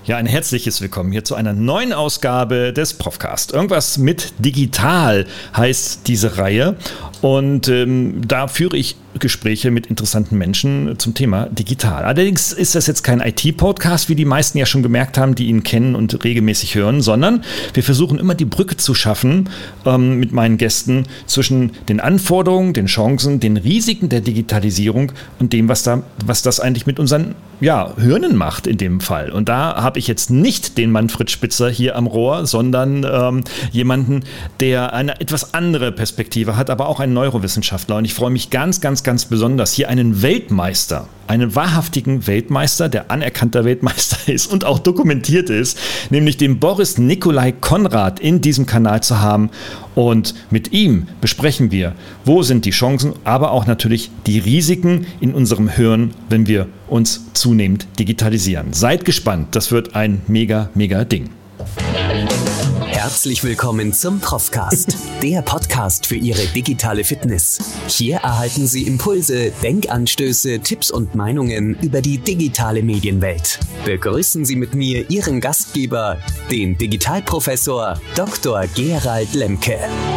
Ja, ein herzliches Willkommen hier zu einer neuen Ausgabe des Profcast. Irgendwas mit digital heißt diese Reihe und da führe ich Gespräche mit interessanten Menschen zum Thema digital. Allerdings ist das jetzt kein IT-Podcast, wie die meisten ja schon gemerkt haben, die ihn kennen und regelmäßig hören, sondern wir versuchen immer die Brücke zu schaffen mit meinen Gästen zwischen den Anforderungen, den Chancen, den Risiken der Digitalisierung und dem, was das eigentlich mit unseren Hirnen macht in dem Fall. Und da habe ich jetzt nicht den Manfred Spitzer hier am Rohr, sondern jemanden, der eine etwas andere Perspektive hat, aber auch ein Neurowissenschaftler. Und ich freue mich ganz besonders, hier einen Weltmeister, einen wahrhaftigen Weltmeister, der anerkannter Weltmeister ist und auch dokumentiert ist, nämlich den Boris Nikolai Konrad in diesem Kanal zu haben. Und mit ihm besprechen wir, wo sind die Chancen, aber auch natürlich die Risiken in unserem Hirn, wenn wir uns zunehmend digitalisieren. Seid gespannt, das wird ein mega Ding. Herzlich willkommen zum Profcast, der Podcast für Ihre digitale Fitness. Hier erhalten Sie Impulse, Denkanstöße, Tipps und Meinungen über die digitale Medienwelt. Begrüßen Sie mit mir Ihren Gastgeber, den Digitalprofessor Dr. Gerald Lemke.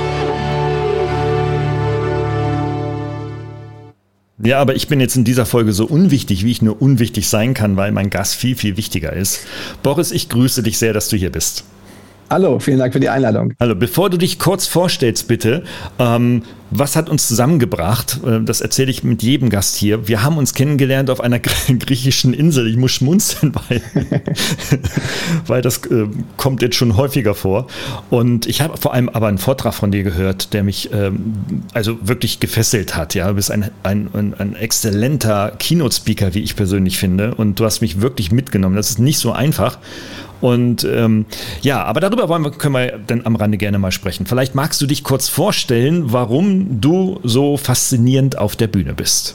Ja, aber ich bin jetzt in dieser Folge so unwichtig, wie ich nur unwichtig sein kann, weil mein Gast viel wichtiger ist. Boris, ich grüße dich sehr, dass du hier bist. Hallo, vielen Dank für die Einladung. Hallo, bevor du dich kurz vorstellst, bitte, was hat uns zusammengebracht? Das erzähle ich mit jedem Gast hier. Wir haben uns kennengelernt auf einer griechischen Insel. Ich muss schmunzeln, weil das kommt jetzt schon häufiger vor. Und ich habe vor allem aber einen Vortrag von dir gehört, der mich also wirklich gefesselt hat. Ja? Du bist ein exzellenter Keynote-Speaker, wie ich persönlich finde. Und du hast mich wirklich mitgenommen. Das ist nicht so einfach. Und aber darüber können wir dann am Rande gerne mal sprechen. Vielleicht magst du dich kurz vorstellen, warum du so faszinierend auf der Bühne bist.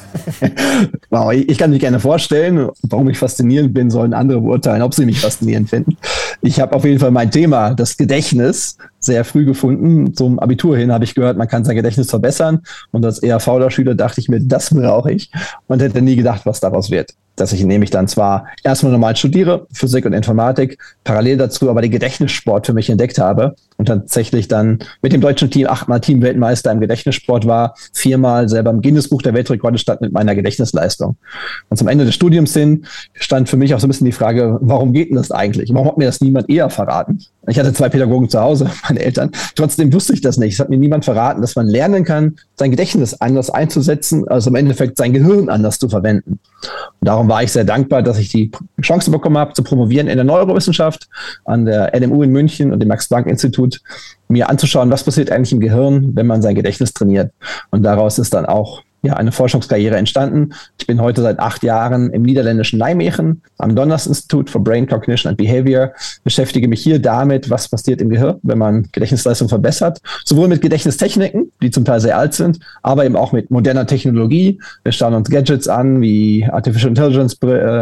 Wow, ich kann mich gerne vorstellen, warum ich faszinierend bin, sollen andere beurteilen, ob sie mich faszinierend finden. Ich habe auf jeden Fall mein Thema, das Gedächtnis, sehr früh gefunden. Zum Abitur hin habe ich gehört, man kann sein Gedächtnis verbessern. Und als eher fauler Schüler dachte ich mir, das brauche ich. Und hätte nie gedacht, was daraus wird. Dass ich nämlich dann zwar erstmal normal studiere, Physik und Informatik, parallel dazu aber den Gedächtnissport für mich entdeckt habe und tatsächlich dann mit dem deutschen Team 8-mal Teamweltmeister im Gedächtnissport war, 4-mal selber im Guinness-Buch der Weltrekorde stand mit meiner Gedächtnisleistung. Und zum Ende des Studiums hin stand für mich auch so ein bisschen die Frage, warum geht denn das eigentlich? Warum hat mir das niemand eher verraten? Ich hatte 2 Pädagogen zu Hause, meine Eltern. Trotzdem wusste ich das nicht. Es hat mir niemand verraten, dass man lernen kann, sein Gedächtnis anders einzusetzen, also im Endeffekt sein Gehirn anders zu verwenden. Und darum war ich sehr dankbar, dass ich die Chance bekommen habe, zu promovieren in der Neurowissenschaft an der LMU in München und dem Max-Planck-Institut, mir anzuschauen, was passiert eigentlich im Gehirn, wenn man sein Gedächtnis trainiert. Und daraus ist dann auch eine Forschungskarriere entstanden. Ich bin heute seit 8 Jahren im niederländischen Nijmegen am Donners Institute for Brain Cognition and Behavior, beschäftige mich hier damit, was passiert im Gehirn, wenn man Gedächtnisleistung verbessert. Sowohl mit Gedächtnistechniken, die zum Teil sehr alt sind, aber eben auch mit moderner Technologie. Wir schauen uns Gadgets an, wie Artificial Intelligence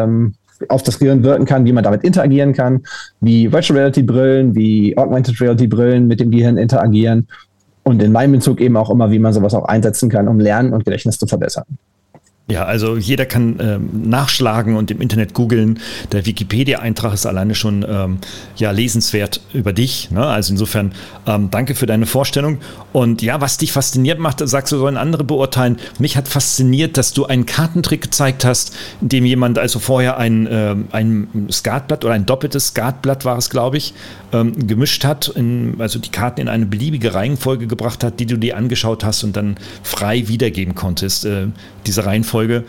auf das Gehirn wirken kann, wie man damit interagieren kann, wie Virtual Reality Brillen, wie Augmented Reality Brillen mit dem Gehirn interagieren. Und in meinem Bezug eben auch immer, wie man sowas auch einsetzen kann, um Lernen und Gedächtnis zu verbessern. Ja, also jeder kann nachschlagen und im Internet googeln. Der Wikipedia-Eintrag ist alleine schon lesenswert über dich. Ne? Also insofern danke für deine Vorstellung. Und ja, was dich fasziniert macht, sagst du, sollen andere beurteilen. Mich hat fasziniert, dass du einen Kartentrick gezeigt hast, in dem jemand also vorher ein Skatblatt oder ein doppeltes Skatblatt war es, glaube ich, gemischt hat, also die Karten in eine beliebige Reihenfolge gebracht hat, die du dir angeschaut hast und dann frei wiedergeben konntest. Diese Reihenfolge,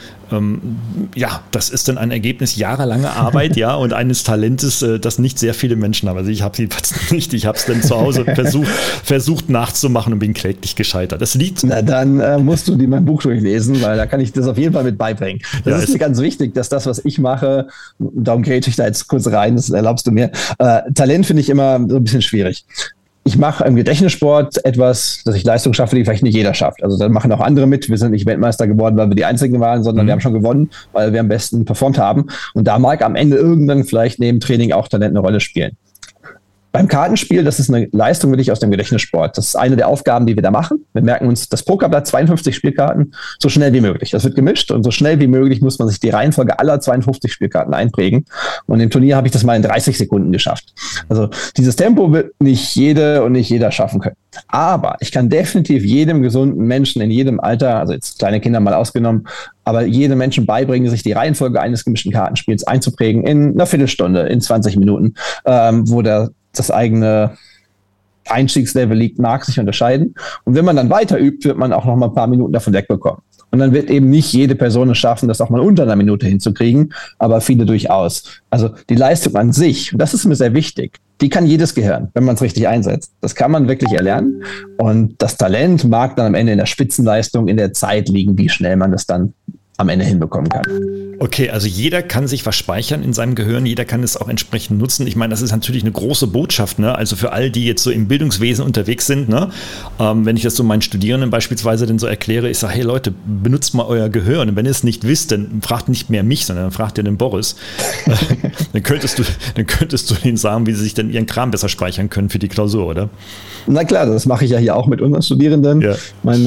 das ist dann ein Ergebnis jahrelanger Arbeit, und eines Talentes, das nicht sehr viele Menschen haben. Also ich habe es jedenfalls nicht. Ich habe es dann zu Hause versucht nachzumachen und bin kläglich gescheitert. Das liegt. Na, dann musst du dir mein Buch durchlesen, weil da kann ich das auf jeden Fall mit beibringen. Das ist mir ganz wichtig, dass das, was ich mache, darum gehe ich da jetzt kurz rein, das erlaubst du mir. Talent finde ich immer so ein bisschen schwierig. Ich mache im Gedächtnissport etwas, dass ich Leistung schaffe, die vielleicht nicht jeder schafft. Also da machen auch andere mit. Wir sind nicht Weltmeister geworden, weil wir die Einzigen waren, sondern wir haben schon gewonnen, weil wir am besten performt haben. Und da mag am Ende irgendwann vielleicht neben Training auch Talent eine Rolle spielen. Beim Kartenspiel, das ist eine Leistung wirklich aus dem Gedächtnissport. Das ist eine der Aufgaben, die wir da machen. Wir merken uns das Pokerblatt, 52 Spielkarten, so schnell wie möglich. Das wird gemischt und so schnell wie möglich muss man sich die Reihenfolge aller 52 Spielkarten einprägen. Und im Turnier habe ich das mal in 30 Sekunden geschafft. Also dieses Tempo wird nicht jede und nicht jeder schaffen können. Aber ich kann definitiv jedem gesunden Menschen in jedem Alter, also jetzt kleine Kinder mal ausgenommen, aber jedem Menschen beibringen, sich die Reihenfolge eines gemischten Kartenspiels einzuprägen in einer Viertelstunde, in 20 Minuten, wo das eigene Einstiegslevel liegt, mag sich unterscheiden. Und wenn man dann weiter übt, wird man auch noch mal ein paar Minuten davon wegbekommen. Und dann wird eben nicht jede Person es schaffen, das auch mal unter einer Minute hinzukriegen, aber viele durchaus. Also die Leistung an sich, und das ist mir sehr wichtig, die kann jedes Gehirn, wenn man es richtig einsetzt. Das kann man wirklich erlernen. Und das Talent mag dann am Ende in der Spitzenleistung, in der Zeit liegen, wie schnell man das dann am Ende hinbekommen kann. Okay, also jeder kann sich was speichern in seinem Gehirn, jeder kann es auch entsprechend nutzen. Ich meine, das ist natürlich eine große Botschaft, ne? Also für all die jetzt so im Bildungswesen unterwegs sind, ne? Wenn ich das so meinen Studierenden beispielsweise dann so erkläre, ich sage, hey Leute, benutzt mal euer Gehirn. Und wenn ihr es nicht wisst, dann fragt nicht mehr mich, sondern fragt ihr den Boris. Dann könntest du denen sagen, wie sie sich dann ihren Kram besser speichern können für die Klausur, oder? Na klar, das mache ich ja hier auch mit unseren Studierenden. Ja.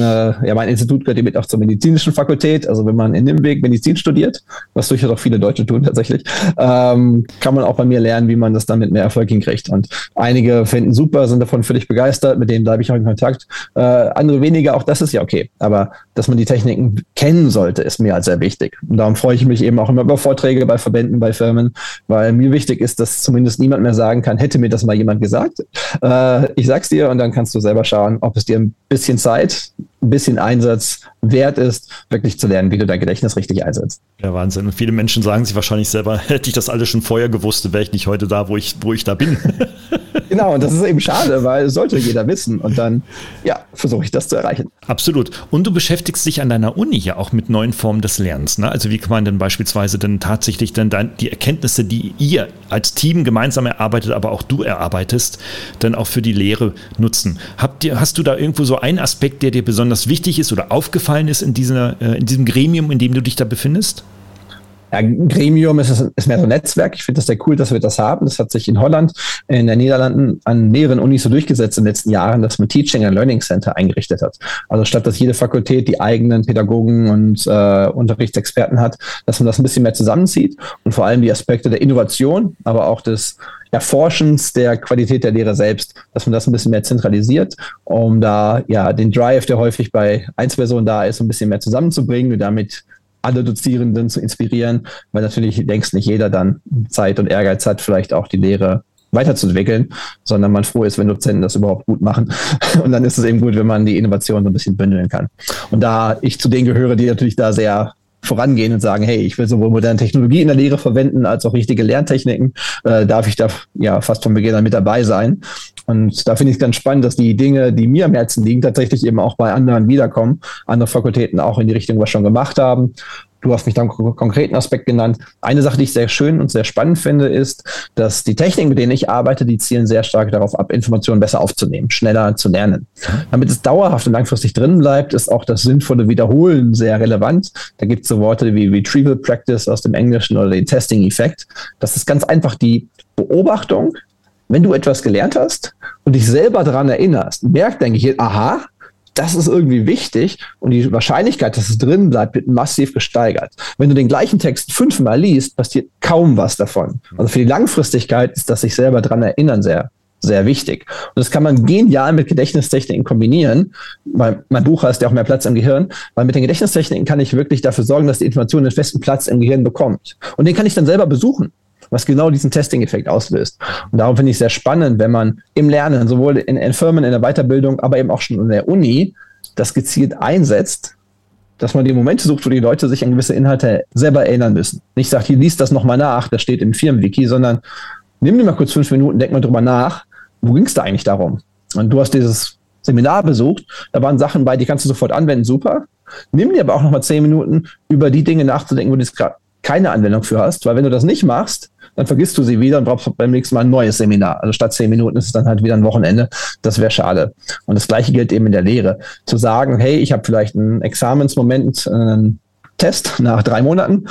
Mein Institut gehört mit auch zur medizinischen Fakultät. Also wenn man in dem Weg Medizin studiert, was durchaus auch viele Deutsche tun tatsächlich, kann man auch bei mir lernen, wie man das dann mit mehr Erfolg hinkriegt. Und einige finden super, sind davon völlig begeistert, mit denen bleibe ich auch in Kontakt. Andere weniger, auch das ist ja okay. Aber dass man die Techniken kennen sollte, ist mir halt sehr wichtig. Und darum freue ich mich eben auch immer über Vorträge bei Verbänden, bei Firmen, weil mir wichtig ist, dass zumindest niemand mehr sagen kann, hätte mir das mal jemand gesagt. Ich sag's dir und dann kannst du selber schauen, ob es dir ein bisschen Zeit, ein bisschen Einsatz wert ist, wirklich zu lernen, wie du dein Gedächtnis richtig einsetzt. Ja, Wahnsinn. Und viele Menschen sagen sich wahrscheinlich selber, hätte ich das alles schon vorher gewusst, wäre ich nicht heute da, wo ich da bin. Genau, und das ist eben schade, weil es sollte jeder wissen. Und dann, ja, versuche ich das zu erreichen. Absolut. Und du beschäftigst dich an deiner Uni ja auch mit neuen Formen des Lernens, ne? Also wie kann man denn beispielsweise dann tatsächlich dann die Erkenntnisse, die ihr als Team gemeinsam erarbeitet, aber auch du erarbeitest, dann auch für die Lehre nutzen? Hast du da irgendwo so einen Aspekt, der dir besonders wichtig ist oder aufgefallen ist in diesem Gremium, in dem du dich da befindest? Ja, Gremium ist mehr so ein Netzwerk. Ich finde das sehr cool, dass wir das haben. Das hat sich in Holland, in den Niederlanden an mehreren Unis so durchgesetzt in den letzten Jahren, dass man Teaching and Learning Center eingerichtet hat. Also statt dass jede Fakultät die eigenen Pädagogen und Unterrichtsexperten hat, dass man das ein bisschen mehr zusammenzieht und vor allem die Aspekte der Innovation, aber auch des Erforschens der Qualität der Lehre selbst, dass man das ein bisschen mehr zentralisiert, um da ja den Drive, der häufig bei Einzelpersonen da ist, ein bisschen mehr zusammenzubringen und damit alle Dozierenden zu inspirieren, weil natürlich längst nicht jeder dann Zeit und Ehrgeiz hat, vielleicht auch die Lehre weiterzuentwickeln, sondern man froh ist, wenn Dozenten das überhaupt gut machen. Und dann ist es eben gut, wenn man die Innovation so ein bisschen bündeln kann. Und da ich zu denen gehöre, die natürlich da sehr vorangehen und sagen, hey, ich will sowohl moderne Technologie in der Lehre verwenden, als auch richtige Lerntechniken, darf ich da ja fast von Beginn an mit dabei sein. Und da finde ich es ganz spannend, dass die Dinge, die mir am Herzen liegen, tatsächlich eben auch bei anderen wiederkommen. Andere Fakultäten auch in die Richtung was schon gemacht haben. Du hast mich da einen konkreten Aspekt genannt. Eine Sache, die ich sehr schön und sehr spannend finde, ist, dass die Techniken, mit denen ich arbeite, die zielen sehr stark darauf ab, Informationen besser aufzunehmen, schneller zu lernen. Damit es dauerhaft und langfristig drin bleibt, ist auch das sinnvolle Wiederholen sehr relevant. Da gibt es so Worte wie Retrieval Practice aus dem Englischen oder den Testing-Effekt. Das ist ganz einfach die Beobachtung, wenn du etwas gelernt hast und dich selber daran erinnerst, merkt dein Gehirn, aha, das ist irgendwie wichtig und die Wahrscheinlichkeit, dass es drin bleibt, wird massiv gesteigert. Wenn du den gleichen Text 5-mal liest, passiert kaum was davon. Also für die Langfristigkeit ist das sich selber daran erinnern sehr, sehr wichtig. Und das kann man genial mit Gedächtnistechniken kombinieren, weil mein Buch heißt ja auch mehr Platz im Gehirn, weil mit den Gedächtnistechniken kann ich wirklich dafür sorgen, dass die Information einen festen Platz im Gehirn bekommt. Und den kann ich dann selber besuchen, was genau diesen Testing-Effekt auslöst. Und darum finde ich es sehr spannend, wenn man im Lernen, sowohl in Firmen, in der Weiterbildung, aber eben auch schon in der Uni, das gezielt einsetzt, dass man die Momente sucht, wo die Leute sich an gewisse Inhalte selber erinnern müssen. Nicht sagt, hier liest das nochmal nach, das steht im Firmenwiki, sondern nimm dir mal kurz 5 Minuten, denk mal drüber nach, wo ging es da eigentlich darum? Und du hast dieses Seminar besucht, da waren Sachen bei, die kannst du sofort anwenden, super. Nimm dir aber auch nochmal 10 Minuten, über die Dinge nachzudenken, wo du jetzt gerade keine Anwendung für hast, weil wenn du das nicht machst, dann vergisst du sie wieder und brauchst beim nächsten Mal ein neues Seminar. Also statt 10 Minuten ist es dann halt wieder ein Wochenende. Das wäre schade. Und das Gleiche gilt eben in der Lehre. Zu sagen, hey, ich habe vielleicht einen Examensmoment, einen Test nach 3 Monaten,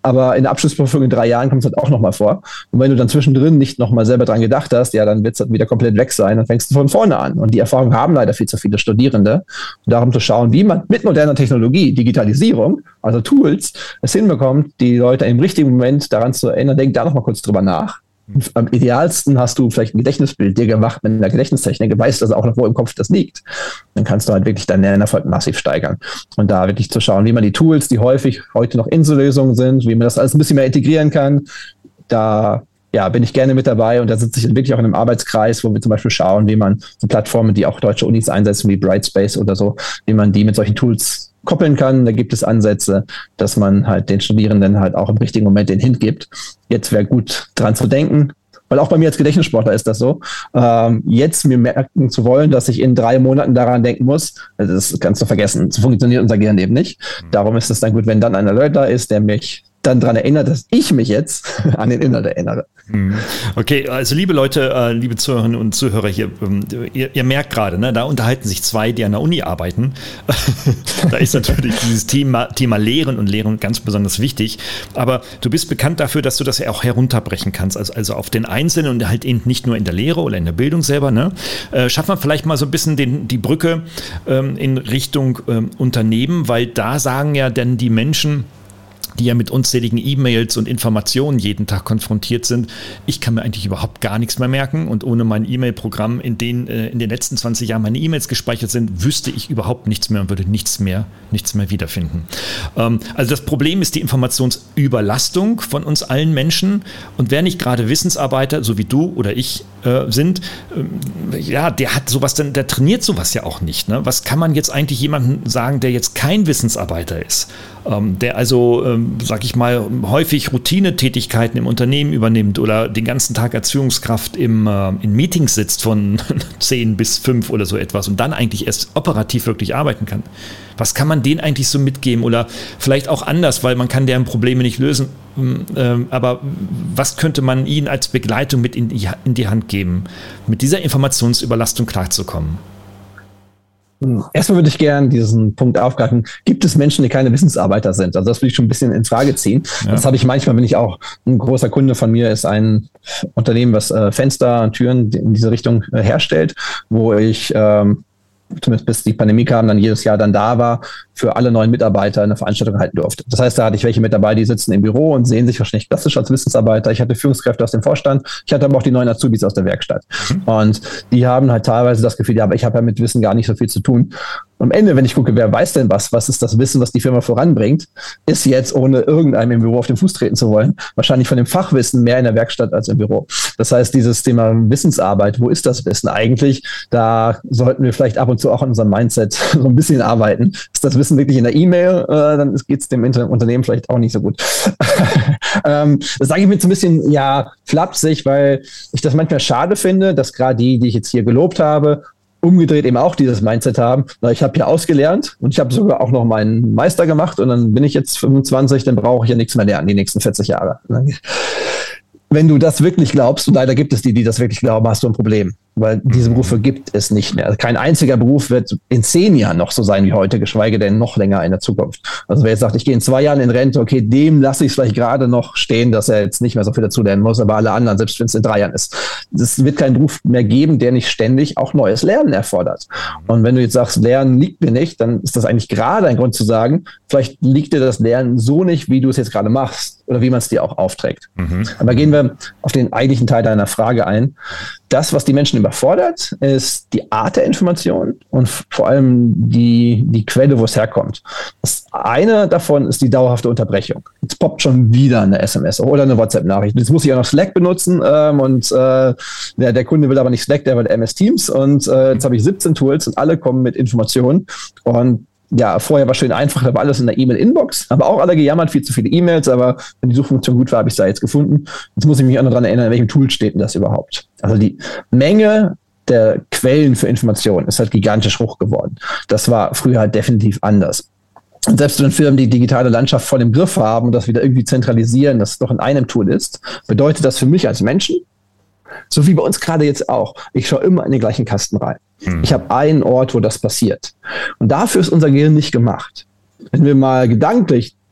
aber in der Abschlussprüfung in 3 Jahren kommt es halt auch nochmal vor. Und wenn du dann zwischendrin nicht nochmal selber dran gedacht hast, ja, dann wird es halt wieder komplett weg sein, dann fängst du von vorne an. Und die Erfahrung haben leider viel zu viele Studierende. Und darum zu schauen, wie man mit moderner Technologie, Digitalisierung, also Tools, es hinbekommt, die Leute im richtigen Moment daran zu erinnern, denk da nochmal kurz drüber nach. Am idealsten hast du vielleicht ein Gedächtnisbild dir gemacht mit einer Gedächtnistechnik, weißt also auch noch, wo im Kopf das liegt. Dann kannst du halt wirklich deinen Lernerfolg massiv steigern. Und da wirklich zu schauen, wie man die Tools, die häufig heute noch Insellösungen sind, wie man das alles ein bisschen mehr integrieren kann, da bin ich gerne mit dabei und da sitze ich wirklich auch in einem Arbeitskreis, wo wir zum Beispiel schauen, wie man so Plattformen, die auch deutsche Unis einsetzen, wie Brightspace oder so, wie man die mit solchen Tools koppeln kann. Da gibt es Ansätze, dass man halt den Studierenden halt auch im richtigen Moment den Hint gibt. Jetzt wäre gut dran zu denken, weil auch bei mir als Gedächtnissportler ist das so, jetzt mir merken zu wollen, dass ich in 3 Monaten daran denken muss, also das kannst du vergessen. So funktioniert unser Gehirn eben nicht. Darum ist es dann gut, wenn dann ein Alert da ist, der mich dann daran erinnert, dass ich mich jetzt an den Inhalt erinnere. Okay, also liebe Leute, liebe Zuhörerinnen und Zuhörer hier, ihr merkt gerade, ne, da unterhalten sich 2, die an der Uni arbeiten. Da ist natürlich dieses Thema Lehren und Lehren ganz besonders wichtig. Aber du bist bekannt dafür, dass du das ja auch herunterbrechen kannst, also auf den Einzelnen und halt eben nicht nur in der Lehre oder in der Bildung selber. Ne? Schaffen wir vielleicht mal so ein bisschen die Brücke in Richtung Unternehmen, weil da sagen ja dann die Menschen, die ja mit unzähligen E-Mails und Informationen jeden Tag konfrontiert sind. Ich kann mir eigentlich überhaupt gar nichts mehr merken und ohne mein E-Mail-Programm, in den letzten 20 Jahren meine E-Mails gespeichert sind, wüsste ich überhaupt nichts mehr und würde nichts mehr wiederfinden. Also das Problem ist die Informationsüberlastung von uns allen Menschen und wer nicht gerade Wissensarbeiter, so wie du oder ich sind, der hat sowas, der trainiert sowas ja auch nicht. Ne? Was kann man jetzt eigentlich jemandem sagen, der jetzt kein Wissensarbeiter ist? Der also, sag ich mal, häufig Routinetätigkeiten im Unternehmen übernimmt oder den ganzen Tag als Führungskraft in Meetings sitzt von 10 bis 5 oder so etwas und dann eigentlich erst operativ wirklich arbeiten kann. Was kann man denen eigentlich so mitgeben oder vielleicht auch anders, weil man kann deren Probleme nicht lösen, aber was könnte man ihnen als Begleitung mit in die Hand geben, mit dieser Informationsüberlastung klarzukommen? Erstmal würde ich gerne diesen Punkt aufgreifen. Gibt es Menschen, die keine Wissensarbeiter sind? Also das würde ich schon ein bisschen in Frage ziehen. Ja. Das habe ich manchmal, wenn ich auch, ein großer Kunde von mir ist ein Unternehmen, was Fenster und Türen in diese Richtung herstellt, wo ich zumindest bis die Pandemie kam, dann jedes Jahr dann da war, für alle neuen Mitarbeiter eine Veranstaltung halten durfte. Das heißt, da hatte ich welche mit dabei, die sitzen im Büro und sehen sich wahrscheinlich klassisch als Wissensarbeiter. Ich hatte Führungskräfte aus dem Vorstand, ich hatte aber auch die neuen Azubis aus der Werkstatt. Und die haben halt teilweise das Gefühl, ja, aber ich habe ja mit Wissen gar nicht so viel zu tun. Am Ende, wenn ich gucke, wer weiß denn was ist das Wissen, was die Firma voranbringt, ist jetzt, ohne irgendeinem im Büro auf den Fuß treten zu wollen, wahrscheinlich von dem Fachwissen mehr in der Werkstatt als im Büro. Das heißt, dieses Thema Wissensarbeit, wo ist das Wissen eigentlich? Da sollten wir vielleicht ab und zu auch an unserem Mindset so ein bisschen arbeiten. Ist das Wissen wirklich in der E-Mail? Dann geht es dem Unternehmen vielleicht auch nicht so gut. Das sage ich mir so ein bisschen, flapsig, weil ich das manchmal schade finde, dass gerade die ich jetzt hier gelobt habe, umgedreht eben auch dieses Mindset haben. Ich habe hier ausgelernt und ich habe sogar auch noch meinen Meister gemacht und dann bin ich jetzt 25, dann brauche ich ja nichts mehr lernen, die nächsten 40 Jahre. Wenn du das wirklich glaubst, und leider gibt es die das wirklich glauben, hast du ein Problem. Weil diese Berufe gibt es nicht mehr. Kein einziger Beruf wird in 10 Jahren noch so sein wie heute, geschweige denn noch länger in der Zukunft. Also wer jetzt sagt, ich gehe in 2 Jahren in Rente, okay, dem lasse ich es vielleicht gerade noch stehen, dass er jetzt nicht mehr so viel dazu lernen muss, aber alle anderen, selbst wenn es in 3 Jahren ist. Es wird keinen Beruf mehr geben, der nicht ständig auch neues Lernen erfordert. Und wenn du jetzt sagst, Lernen liegt mir nicht, dann ist das eigentlich gerade ein Grund zu sagen, vielleicht liegt dir das Lernen so nicht, wie du es jetzt gerade machst oder wie man es dir auch aufträgt. Aber gehen wir auf den eigentlichen Teil deiner Frage ein. Das, was die Menschen überfordert, ist die Art der Information und vor allem die Quelle, wo es herkommt. Das eine davon ist die dauerhafte Unterbrechung. Jetzt poppt schon wieder eine SMS oder eine WhatsApp-Nachricht. Jetzt muss ich auch noch Slack benutzen der Kunde will aber nicht Slack, der will MS Teams und jetzt habe ich 17 Tools und alle kommen mit Informationen und ja, vorher war schön einfach, da war alles in der E-Mail-Inbox, aber auch alle gejammert, viel zu viele E-Mails, aber wenn die Suchfunktion gut war, habe ich es da jetzt gefunden. Jetzt muss ich mich auch noch daran erinnern, in welchem Tool steht denn das überhaupt? Also die Menge der Quellen für Informationen ist halt gigantisch hoch geworden. Das war früher halt definitiv anders. Und selbst wenn Firmen die digitale Landschaft voll im Griff haben und das wieder irgendwie zentralisieren, dass es doch in einem Tool ist, bedeutet das für mich als Menschen, so wie bei uns gerade jetzt auch, ich schaue immer in den gleichen Kasten rein. Ich habe einen Ort, wo das passiert. Und dafür ist unser Gehirn nicht gemacht. Wenn wir mal gedanklich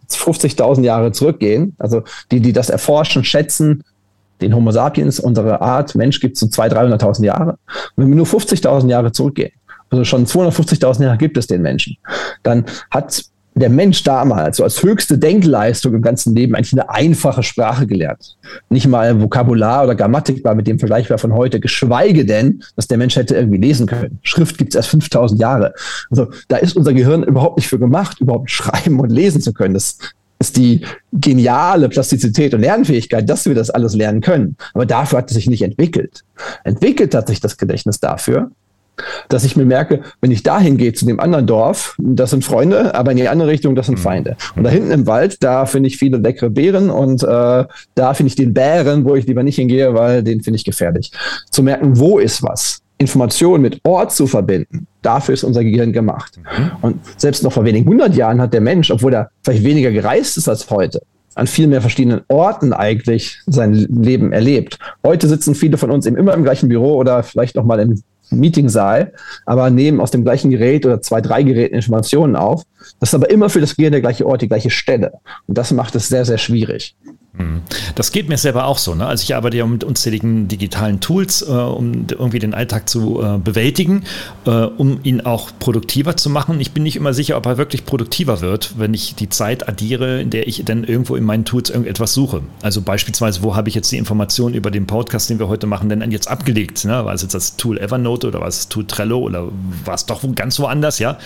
50.000 Jahre zurückgehen, also die das erforschen, schätzen, den Homo sapiens, unsere Art, Mensch, gibt es so 200.000, 300.000 Jahre. Und wenn wir nur 50.000 Jahre zurückgehen, also schon 250.000 Jahre gibt es den Menschen, dann hat der Mensch damals so als höchste Denkleistung im ganzen Leben eigentlich eine einfache Sprache gelernt. Nicht mal Vokabular oder Grammatik war mit dem vergleichbar von heute, geschweige denn, dass der Mensch hätte irgendwie lesen können. Schrift gibt es erst 5.000 Jahre. Also da ist unser Gehirn überhaupt nicht für gemacht, überhaupt schreiben und lesen zu können. Das ist die geniale Plastizität und Lernfähigkeit, dass wir das alles lernen können. Aber dafür hat es sich nicht entwickelt. Entwickelt hat sich das Gedächtnis dafür, dass ich mir merke, wenn ich dahin gehe zu dem anderen Dorf, das sind Freunde, aber in die andere Richtung, das sind Feinde. Und da hinten im Wald, da finde ich viele leckere Beeren und da finde ich den Bären, wo ich lieber nicht hingehe, weil den finde ich gefährlich. Zu merken, wo ist was? Informationen mit Ort zu verbinden, dafür ist unser Gehirn gemacht. Und selbst noch vor wenigen 100 Jahren hat der Mensch, obwohl er vielleicht weniger gereist ist als heute, an viel mehr verschiedenen Orten eigentlich sein Leben erlebt. Heute sitzen viele von uns eben immer im gleichen Büro oder vielleicht noch mal im Meetingsaal, aber nehmen aus dem gleichen Gerät oder 2, 3 Geräten Informationen auf. Das ist aber immer für das Gehirn der gleiche Ort, die gleiche Stelle. Und das macht es sehr, sehr schwierig. Das geht mir selber auch so. Ne? Also ich arbeite ja mit unzähligen digitalen Tools, um irgendwie den Alltag zu bewältigen, um ihn auch produktiver zu machen. Ich bin nicht immer sicher, ob er wirklich produktiver wird, wenn ich die Zeit addiere, in der ich dann irgendwo in meinen Tools irgendetwas suche. Also beispielsweise, wo habe ich jetzt die Informationen über den Podcast, den wir heute machen, denn jetzt abgelegt? Ne? War es jetzt das Tool Evernote oder war es das Tool Trello oder war es doch ganz woanders? Ja?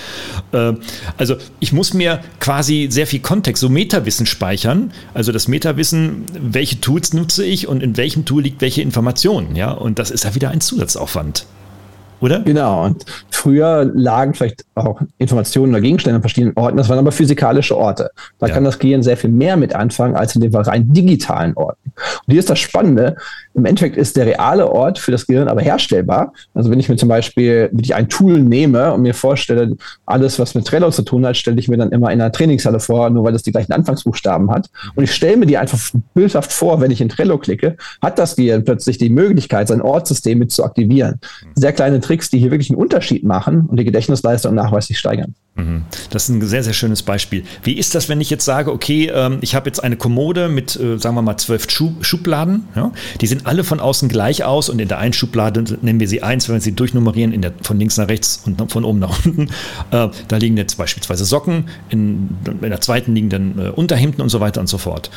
Also ich muss mir quasi sehr viel Kontext, so Metawissen speichern. Also das Metawissen, welche Tools nutze ich und in welchem Tool liegt welche Information, ja, und das ist ja wieder ein Zusatzaufwand, oder? Genau, und früher lagen vielleicht auch Informationen oder Gegenstände an verschiedenen Orten, das waren aber physikalische Orte. Da kann das Gehirn sehr viel mehr mit anfangen, als in den rein digitalen Orten. Und hier ist das Spannende, im Endeffekt ist der reale Ort für das Gehirn aber herstellbar. Also wenn ich mir zum Beispiel wirklich ein Tool nehme und mir vorstelle, alles, was mit Trello zu tun hat, stelle ich mir dann immer in einer Trainingshalle vor, nur weil das die gleichen Anfangsbuchstaben hat. Und ich stelle mir die einfach bildhaft vor, wenn ich in Trello klicke, hat das Gehirn plötzlich die Möglichkeit, sein Ortssystem mit zu aktivieren. Sehr kleine Tricks, die hier wirklich einen Unterschied machen und die Gedächtnisleistung nachweislich steigern. Das ist ein sehr, sehr schönes Beispiel. Wie ist das, wenn ich jetzt sage, okay, ich habe jetzt eine Kommode mit, sagen wir mal, 12 Schubladen. Ja? Die sehen alle von außen gleich aus und in der einen Schublade nennen wir sie 1, wenn wir sie durchnummerieren, von links nach rechts und von oben nach unten. Da liegen jetzt beispielsweise Socken, in der zweiten liegen dann Unterhemden und so weiter und so fort.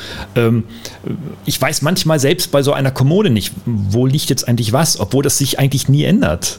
Ich weiß manchmal selbst bei so einer Kommode nicht, wo liegt jetzt eigentlich was, obwohl das sich eigentlich nie ändert.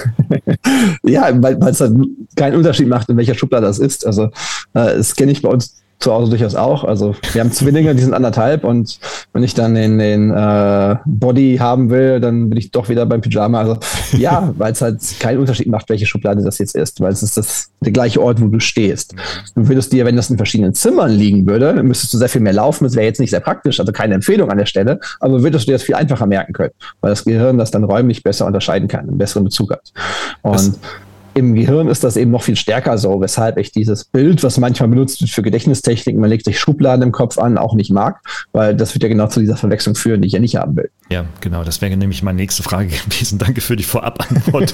Ja, weil es halt keinen Unterschied macht, in welcher Schublade das ist. Also das kenne ich bei uns zu Hause durchaus auch. Also wir haben Zwillinge, die sind 1,5 und wenn ich dann den Body haben will, dann bin ich doch wieder beim Pyjama. Also ja, weil es halt keinen Unterschied macht, welche Schublade das jetzt ist, weil es ist der gleiche Ort, wo du stehst. Du würdest dir, wenn das in verschiedenen Zimmern liegen würde, müsstest du sehr viel mehr laufen. Das wäre jetzt nicht sehr praktisch, also keine Empfehlung an der Stelle, aber würdest du das viel einfacher merken können, weil das Gehirn das dann räumlich besser unterscheiden kann, einen besseren Bezug hat. Und im Gehirn ist das eben noch viel stärker so, weshalb ich dieses Bild, was manchmal benutzt wird für Gedächtnistechniken, man legt sich Schubladen im Kopf an, auch nicht mag, weil das wird ja genau zu dieser Verwechslung führen, die ich ja nicht haben will. Ja, genau, das wäre nämlich meine nächste Frage gewesen. Danke für die Vorabantwort.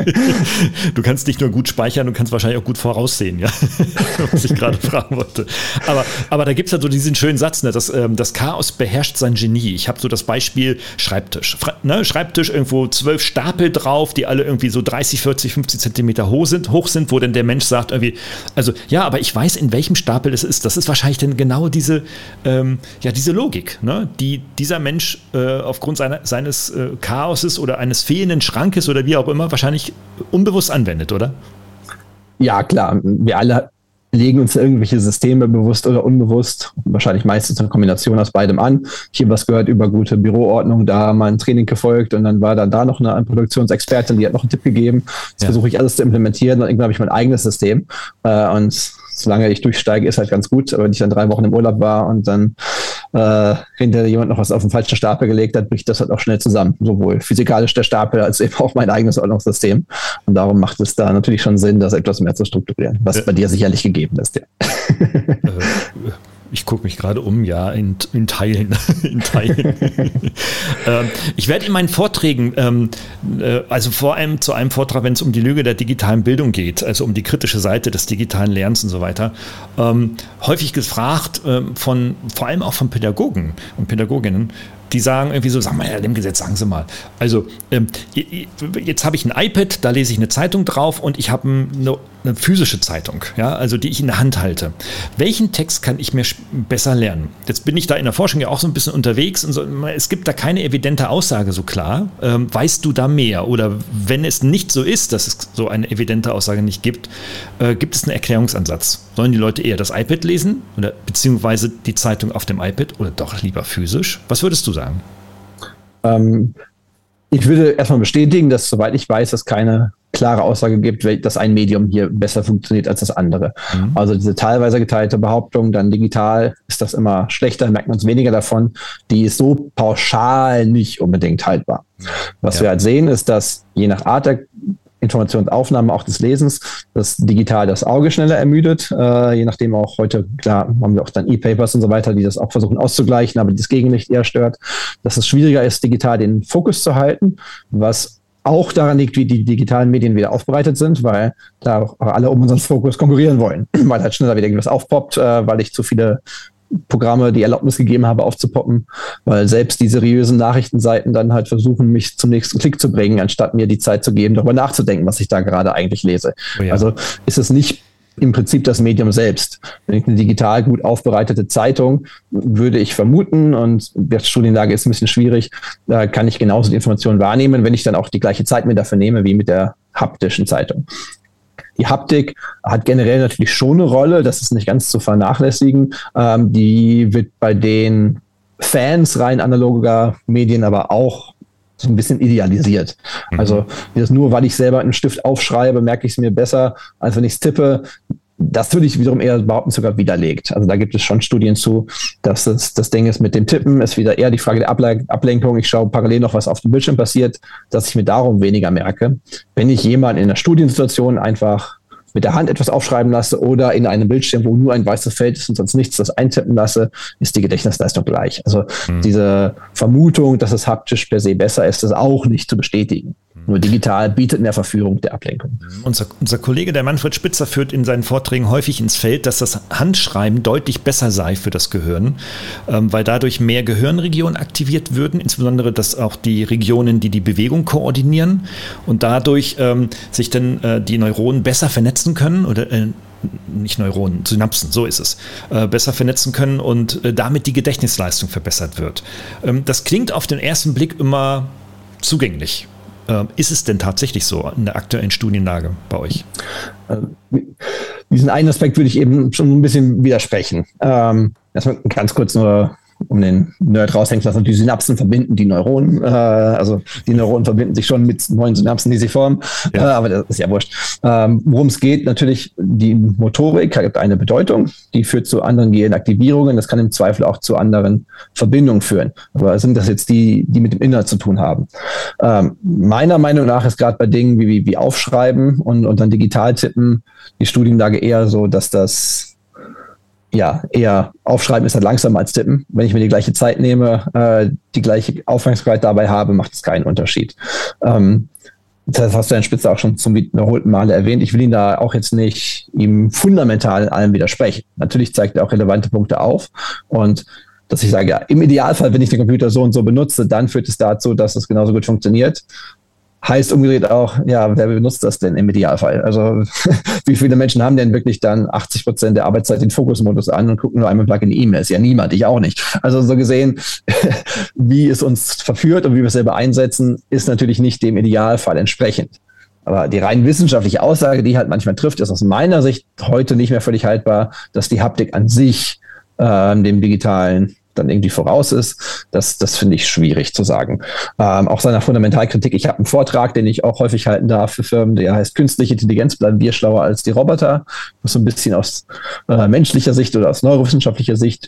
Du kannst nicht nur gut speichern, du kannst wahrscheinlich auch gut voraussehen, ja, was ich gerade fragen wollte. Aber da gibt es ja so diesen schönen Satz, ne, das Chaos beherrscht sein Genie. Ich habe so das Beispiel Schreibtisch. Schreibtisch, irgendwo 12 Stapel drauf, die alle irgendwie so 30, 40, 50 Zentimeter hoch sind, wo dann der Mensch sagt irgendwie, also ja, aber ich weiß, in welchem Stapel es ist. Das ist wahrscheinlich dann genau diese Logik, ne, die dieser Mensch aufgrund seines Chaoses oder eines fehlenden Schrankes oder wie auch immer wahrscheinlich unbewusst anwendet, oder? Ja, klar. Wir alle legen uns irgendwelche Systeme bewusst oder unbewusst, wahrscheinlich meistens eine Kombination aus beidem an. Hier was gehört über gute Büroordnung, da mal ein Training gefolgt und dann war dann da noch eine Produktionsexpertin, die hat noch einen Tipp gegeben. Jetzt versuche ich alles zu implementieren und irgendwann habe ich mein eigenes System. Und solange ich durchsteige, ist halt ganz gut. Aber wenn ich dann 3 Wochen im Urlaub war und dann hinter jemand noch was auf den falschen Stapel gelegt hat, bricht das halt auch schnell zusammen. Sowohl physikalisch der Stapel als eben auch mein eigenes Ordnungssystem. Und darum macht es da natürlich schon Sinn, das etwas mehr zu strukturieren, was bei dir sicherlich gegeben ist. Ja. Ich gucke mich gerade um, ja, in Teilen. In Teilen. Ich werde in meinen Vorträgen, also vor allem zu einem Vortrag, wenn es um die Lüge der digitalen Bildung geht, also um die kritische Seite des digitalen Lernens und so weiter, häufig gefragt vor allem auch von Pädagogen und Pädagoginnen, die sagen irgendwie so, sag mal, ja, dem Gesetz, sagen Sie mal. Also jetzt habe ich ein iPad, da lese ich eine Zeitung drauf und ich habe eine physische Zeitung, ja, also die ich in der Hand halte. Welchen Text kann ich mir besser lernen? Jetzt bin ich da in der Forschung ja auch so ein bisschen unterwegs und so, es gibt da keine evidente Aussage so klar. Weißt du da mehr? Oder wenn es nicht so ist, dass es so eine evidente Aussage nicht gibt, gibt es einen Erklärungsansatz? Sollen die Leute eher das iPad lesen oder beziehungsweise die Zeitung auf dem iPad oder doch lieber physisch? Was würdest du sagen? Ich würde erstmal bestätigen, dass, soweit ich weiß, es keine klare Aussage gibt, dass ein Medium hier besser funktioniert als das andere. Also diese teilweise geteilte Behauptung, dann digital ist das immer schlechter, merkt man es weniger davon, die ist so pauschal nicht unbedingt haltbar. Was wir halt sehen, ist, dass je nach Art der Informationsaufnahme, auch des Lesens, das digital das Auge schneller ermüdet, je nachdem auch heute, klar, haben wir auch dann E-Papers und so weiter, die das auch versuchen auszugleichen, aber das Gegenlicht eher stört, dass es schwieriger ist, digital den Fokus zu halten, was auch daran liegt, wie die digitalen Medien wieder aufbereitet sind, weil da auch alle um unseren Fokus konkurrieren wollen, weil halt schneller wieder irgendwas aufpoppt, weil ich zu viele Programme die Erlaubnis gegeben habe, aufzupoppen, weil selbst die seriösen Nachrichtenseiten dann halt versuchen, mich zum nächsten Klick zu bringen, anstatt mir die Zeit zu geben, darüber nachzudenken, was ich da gerade eigentlich lese. Oh ja. Also ist es nicht im Prinzip das Medium selbst. Wenn ich eine digital gut aufbereitete Zeitung, würde ich vermuten, und die Studienlage ist ein bisschen schwierig, da kann ich genauso die Informationen wahrnehmen, wenn ich dann auch die gleiche Zeit mir dafür nehme, wie mit der haptischen Zeitung. Die Haptik hat generell natürlich schon eine Rolle, das ist nicht ganz zu vernachlässigen. Die wird bei den Fans rein analoger Medien aber auch so ein bisschen idealisiert. Also das nur, weil ich selber einen Stift aufschreibe, merke ich es mir besser, als wenn ich es tippe. Das würde ich wiederum eher behaupten, sogar widerlegt. Also da gibt es schon Studien zu, dass das Ding ist mit dem Tippen, ist wieder eher die Frage der Ablenkung. Ich schaue parallel noch, was auf dem Bildschirm passiert, dass ich mir darum weniger merke. Wenn ich jemanden in einer Studiensituation einfach mit der Hand etwas aufschreiben lasse oder in einem Bildschirm, wo nur ein weißes Feld ist und sonst nichts, das eintippen lasse, ist die Gedächtnisleistung gleich. Also diese Vermutung, dass es haptisch per se besser ist, ist auch nicht zu bestätigen. Nur digital bietet mehr Verführung der Ablenkung. Unser Kollege, der Manfred Spitzer, führt in seinen Vorträgen häufig ins Feld, dass das Handschreiben deutlich besser sei für das Gehirn, weil dadurch mehr Gehirnregionen aktiviert würden, insbesondere dass auch die Regionen, die die Bewegung koordinieren und dadurch sich dann die Neuronen besser vernetzen können oder nicht Neuronen, Synapsen, so ist es, besser vernetzen können und damit die Gedächtnisleistung verbessert wird. Das klingt auf den ersten Blick immer zugänglich. Ist es denn tatsächlich so in der aktuellen Studienlage bei euch? Diesen einen Aspekt würde ich eben schon ein bisschen widersprechen. Erstmal ganz kurz nur, um den Nerd raushängen zu lassen, die Synapsen verbinden die Neuronen. Also die Neuronen verbinden sich schon mit neuen Synapsen, die sie formen. Ja. Aber das ist ja wurscht. Worum es geht, natürlich die Motorik hat eine Bedeutung. Die führt zu anderen Gehirnaktivierungen. Das kann im Zweifel auch zu anderen Verbindungen führen. Aber sind das jetzt die mit dem Inhalt zu tun haben? Meiner Meinung nach ist gerade bei Dingen wie Aufschreiben und dann digital tippen die Studienlage eher so, dass das eher Aufschreiben ist halt langsamer als Tippen. Wenn ich mir die gleiche Zeit nehme, die gleiche Aufmerksamkeit dabei habe, macht es keinen Unterschied. Das hast du Herrn Spitzer auch schon zum wiederholten Male erwähnt. Ich will ihn da auch jetzt nicht ihm fundamental in allem widersprechen. Natürlich zeigt er auch relevante Punkte auf und dass ich sage, ja, im Idealfall, wenn ich den Computer so und so benutze, dann führt es dazu, dass es genauso gut funktioniert. Heißt umgedreht auch, ja, wer benutzt das denn im Idealfall? Also wie viele Menschen haben denn wirklich dann 80% der Arbeitszeit den Fokusmodus an und gucken nur einmal Plug in die E-Mails? Ja, niemand, ich auch nicht. Also so gesehen, wie es uns verführt und wie wir es selber einsetzen, ist natürlich nicht dem Idealfall entsprechend. Aber die rein wissenschaftliche Aussage, die halt manchmal trifft, ist aus meiner Sicht heute nicht mehr völlig haltbar, dass die Haptik an sich dem Digitalen dann irgendwie voraus ist, das finde ich schwierig zu sagen. Auch seiner Fundamentalkritik, ich habe einen Vortrag, den ich auch häufig halten darf für Firmen, der heißt Künstliche Intelligenz, bleiben wir schlauer als die Roboter, was so ein bisschen aus menschlicher Sicht oder aus neurowissenschaftlicher Sicht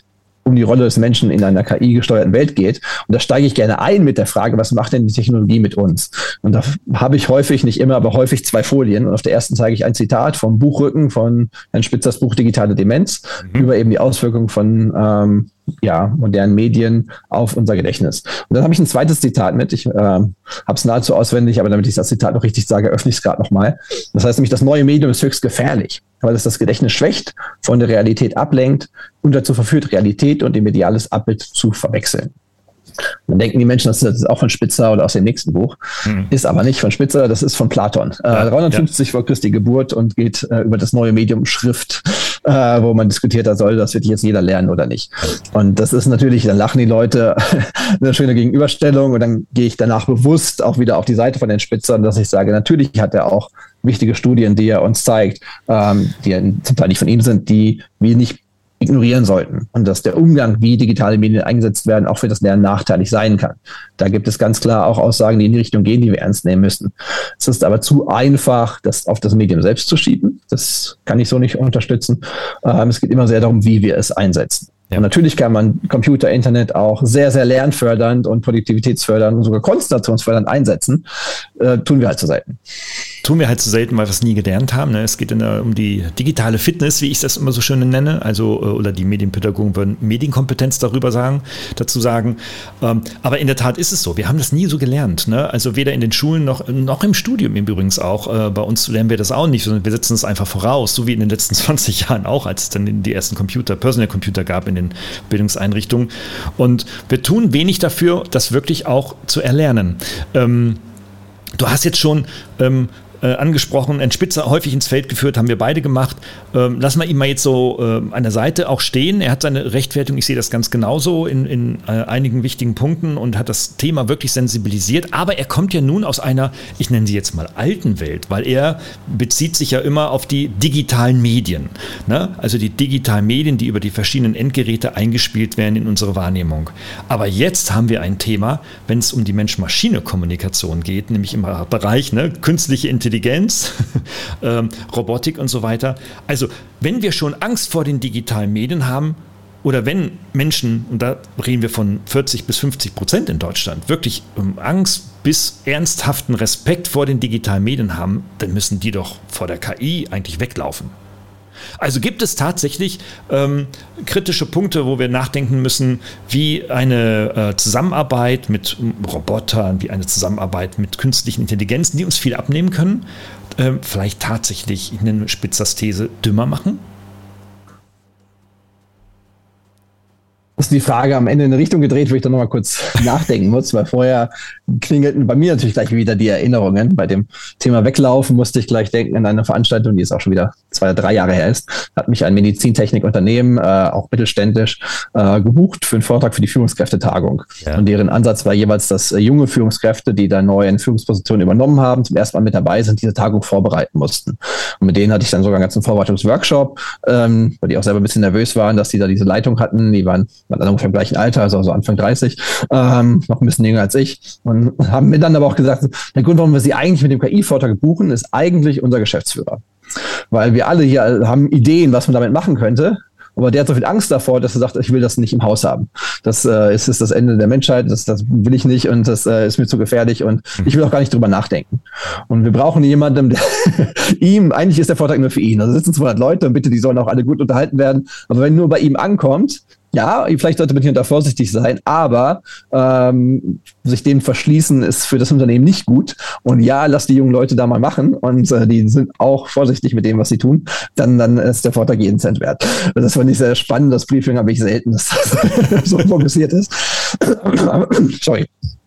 um die Rolle des Menschen in einer KI-gesteuerten Welt geht. Und da steige ich gerne ein mit der Frage, was macht denn die Technologie mit uns? Und da habe ich häufig, nicht immer, aber häufig 2 Folien. Und auf der ersten zeige ich ein Zitat vom Buchrücken von Herrn Spitzers Buch Digitale Demenz über eben die Auswirkungen von modernen Medien auf unser Gedächtnis. Und dann habe ich ein zweites Zitat mit. Ich habe es nahezu auswendig, aber damit ich das Zitat noch richtig sage, öffne ich es gerade nochmal. Das heißt nämlich, das neue Medium ist höchst gefährlich, weil es das Gedächtnis schwächt, von der Realität ablenkt und dazu verführt, Realität und ihr mediales Abbild zu verwechseln. Dann denken die Menschen, das ist auch von Spitzer oder aus dem nächsten Buch. Ist aber nicht von Spitzer, das ist von Platon. 350 vor Christi Geburt und geht über das neue Medium Schrift, wo man diskutiert, da soll das wirklich jetzt jeder lernen oder nicht. Und das ist natürlich, dann lachen die Leute, eine schöne Gegenüberstellung und dann gehe ich danach bewusst auch wieder auf die Seite von den Spitzern, dass ich sage, natürlich hat er auch wichtige Studien, die er uns zeigt, die zum Teil nicht von ihm sind, die wir nicht ignorieren sollten und dass der Umgang, wie digitale Medien eingesetzt werden, auch für das Lernen nachteilig sein kann. Da gibt es ganz klar auch Aussagen, die in die Richtung gehen, die wir ernst nehmen müssen. Es ist aber zu einfach, das auf das Medium selbst zu schieben. Das kann ich so nicht unterstützen. Es geht immer sehr darum, wie wir es einsetzen. Ja. Und natürlich kann man Computer, Internet auch sehr, sehr lernfördernd und produktivitätsfördernd und sogar konzentrationsfördernd einsetzen. Tun wir halt zu selten. Tun wir halt zu selten, weil wir es nie gelernt haben. Ne? Es geht um die digitale Fitness, wie ich das immer so schön nenne. Also, oder die Medienpädagogen würden Medienkompetenz dazu sagen. Aber in der Tat ist es so. Wir haben das nie so gelernt. Ne? Also weder in den Schulen noch im Studium übrigens auch. Bei uns lernen wir das auch nicht, sondern wir setzen es einfach voraus. So wie in den letzten 20 Jahren auch, als es dann die ersten Personal Computer gab in den Bildungseinrichtungen. Und wir tun wenig dafür, das wirklich auch zu erlernen. Du hast jetzt schon angesprochen, ein Spitzer häufig ins Feld geführt, haben wir beide gemacht. Lassen wir ihn mal jetzt so an der Seite auch stehen. Er hat seine Rechtfertigung, ich sehe das ganz genauso in einigen wichtigen Punkten und hat das Thema wirklich sensibilisiert. Aber er kommt ja nun aus einer, ich nenne sie jetzt mal alten Welt, weil er bezieht sich ja immer auf die digitalen Medien. Ne? Also die digitalen Medien, die über die verschiedenen Endgeräte eingespielt werden in unsere Wahrnehmung. Aber jetzt haben wir ein Thema, wenn es um die Mensch-Maschine-Kommunikation geht, nämlich im Bereich künstliche Intelligenz, Robotik und so weiter. Also wenn wir schon Angst vor den digitalen Medien haben oder wenn Menschen, und da reden wir von 40-50% in Deutschland, wirklich Angst bis ernsthaften Respekt vor den digitalen Medien haben, dann müssen die doch vor der KI eigentlich weglaufen. Also gibt es tatsächlich kritische Punkte, wo wir nachdenken müssen, wie eine Zusammenarbeit mit Robotern, wie eine Zusammenarbeit mit künstlichen Intelligenzen, die uns viel abnehmen können, vielleicht tatsächlich, ich nenne Spitzers These, dümmer machen? Das ist die Frage am Ende in eine Richtung gedreht, wo ich dann nochmal kurz nachdenken muss, weil vorher klingelten bei mir natürlich gleich wieder die Erinnerungen. Bei dem Thema Weglaufen musste ich gleich denken an eine Veranstaltung, die jetzt auch schon wieder 2 oder 3 Jahre her ist. Hat mich ein Medizintechnikunternehmen, auch mittelständisch, gebucht für einen Vortrag für die Führungskräftetagung. Ja. Und deren Ansatz war jeweils, dass junge Führungskräfte, die da neu in Führungspositionen übernommen haben, zum ersten Mal mit dabei sind, diese Tagung vorbereiten mussten. Und mit denen hatte ich dann sogar einen ganzen Vorbereitungsworkshop, weil die auch selber ein bisschen nervös waren, dass die da diese Leitung hatten. Die waren ungefähr im gleichen Alter, also so Anfang 30, noch ein bisschen jünger als ich. Und haben mir dann aber auch gesagt, der Grund, warum wir sie eigentlich mit dem KI-Vortrag buchen, ist eigentlich unser Geschäftsführer. Weil wir alle hier haben Ideen, was man damit machen könnte. Aber der hat so viel Angst davor, dass er sagt, ich will das nicht im Haus haben. Das ist das Ende der Menschheit, das will ich nicht und das ist mir zu gefährlich und ich will auch gar nicht drüber nachdenken. Und wir brauchen jemanden, der eigentlich ist der Vortrag nur für ihn. Also sitzen 200 Leute und bitte, die sollen auch alle gut unterhalten werden. Aber wenn nur bei ihm ankommt, ja, vielleicht sollte man hier da vorsichtig sein, aber sich dem verschließen ist für das Unternehmen nicht gut. Und ja, lass die jungen Leute da mal machen und die sind auch vorsichtig mit dem, was sie tun. Dann ist der Vortrag jeden Cent wert. Das fand ich sehr spannend. Das Briefing habe ich selten, dass das so fokussiert ist. Sorry.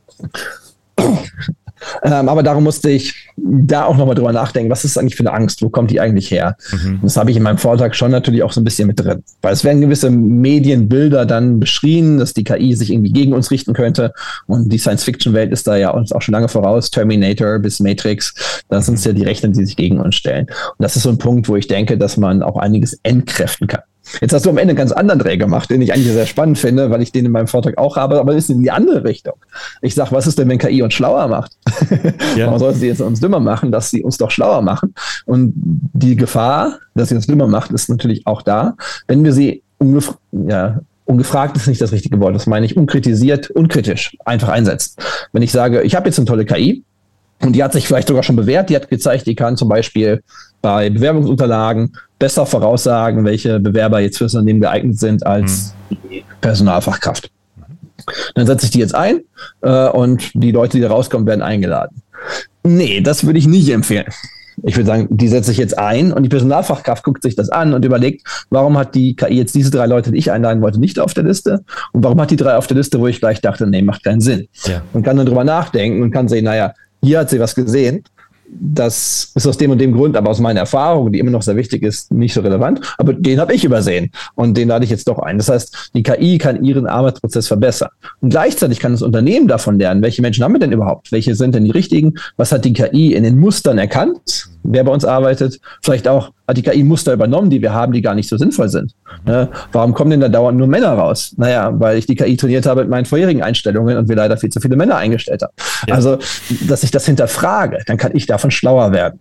Aber darum musste ich da auch nochmal drüber nachdenken, was ist eigentlich für eine Angst, wo kommt die eigentlich her? Und das habe ich in meinem Vortrag schon natürlich auch so ein bisschen mit drin, weil es werden gewisse Medienbilder dann beschrieben, dass die KI sich irgendwie gegen uns richten könnte und die Science-Fiction-Welt ist da ja uns auch schon lange voraus, Terminator bis Matrix, das sind ja die Rechner, die sich gegen uns stellen. Und das ist so ein Punkt, wo ich denke, dass man auch einiges entkräften kann. Jetzt hast du am Ende einen ganz anderen Dreh gemacht, den ich eigentlich sehr spannend finde, weil ich den in meinem Vortrag auch habe, aber das ist in die andere Richtung. Ich sage, was ist denn, wenn KI uns schlauer macht? Ja. Warum sollte sie jetzt uns dümmer machen, dass sie uns doch schlauer machen? Und die Gefahr, dass sie uns dümmer macht, ist natürlich auch da, wenn wir sie ungefragt ist nicht das richtige Wort, das meine ich unkritisiert, unkritisch, einfach einsetzt. Wenn ich sage, ich habe jetzt eine tolle KI und die hat sich vielleicht sogar schon bewährt, die hat gezeigt, die kann zum Beispiel bei Bewerbungsunterlagen besser voraussagen, welche Bewerber jetzt für das Unternehmen geeignet sind als die Personalfachkraft. Dann setze ich die jetzt ein und die Leute, die da rauskommen, werden eingeladen. Nee, das würde ich nicht empfehlen. Ich würde sagen, die setze ich jetzt ein und die Personalfachkraft guckt sich das an und überlegt, warum hat die KI jetzt diese 3 Leute, die ich einladen wollte, nicht auf der Liste und warum hat die 3 auf der Liste, wo ich gleich dachte, nee, macht keinen Sinn. Ja. Und kann dann drüber nachdenken und kann sehen, naja, hier hat sie was gesehen, das ist aus dem und dem Grund, aber aus meiner Erfahrung, die immer noch sehr wichtig ist, nicht so relevant, aber den habe ich übersehen und den lade ich jetzt doch ein. Das heißt, die KI kann ihren Arbeitsprozess verbessern und gleichzeitig kann das Unternehmen davon lernen, welche Menschen haben wir denn überhaupt, welche sind denn die richtigen, was hat die KI in den Mustern erkannt, wer bei uns arbeitet, vielleicht auch hat die KI Muster übernommen, die wir haben, die gar nicht so sinnvoll sind. Warum kommen denn da dauernd nur Männer raus? Naja, weil ich die KI trainiert habe mit meinen vorherigen Einstellungen und wir leider viel zu viele Männer eingestellt haben. Ja. Also, dass ich das hinterfrage, dann kann ich davon schlauer werden.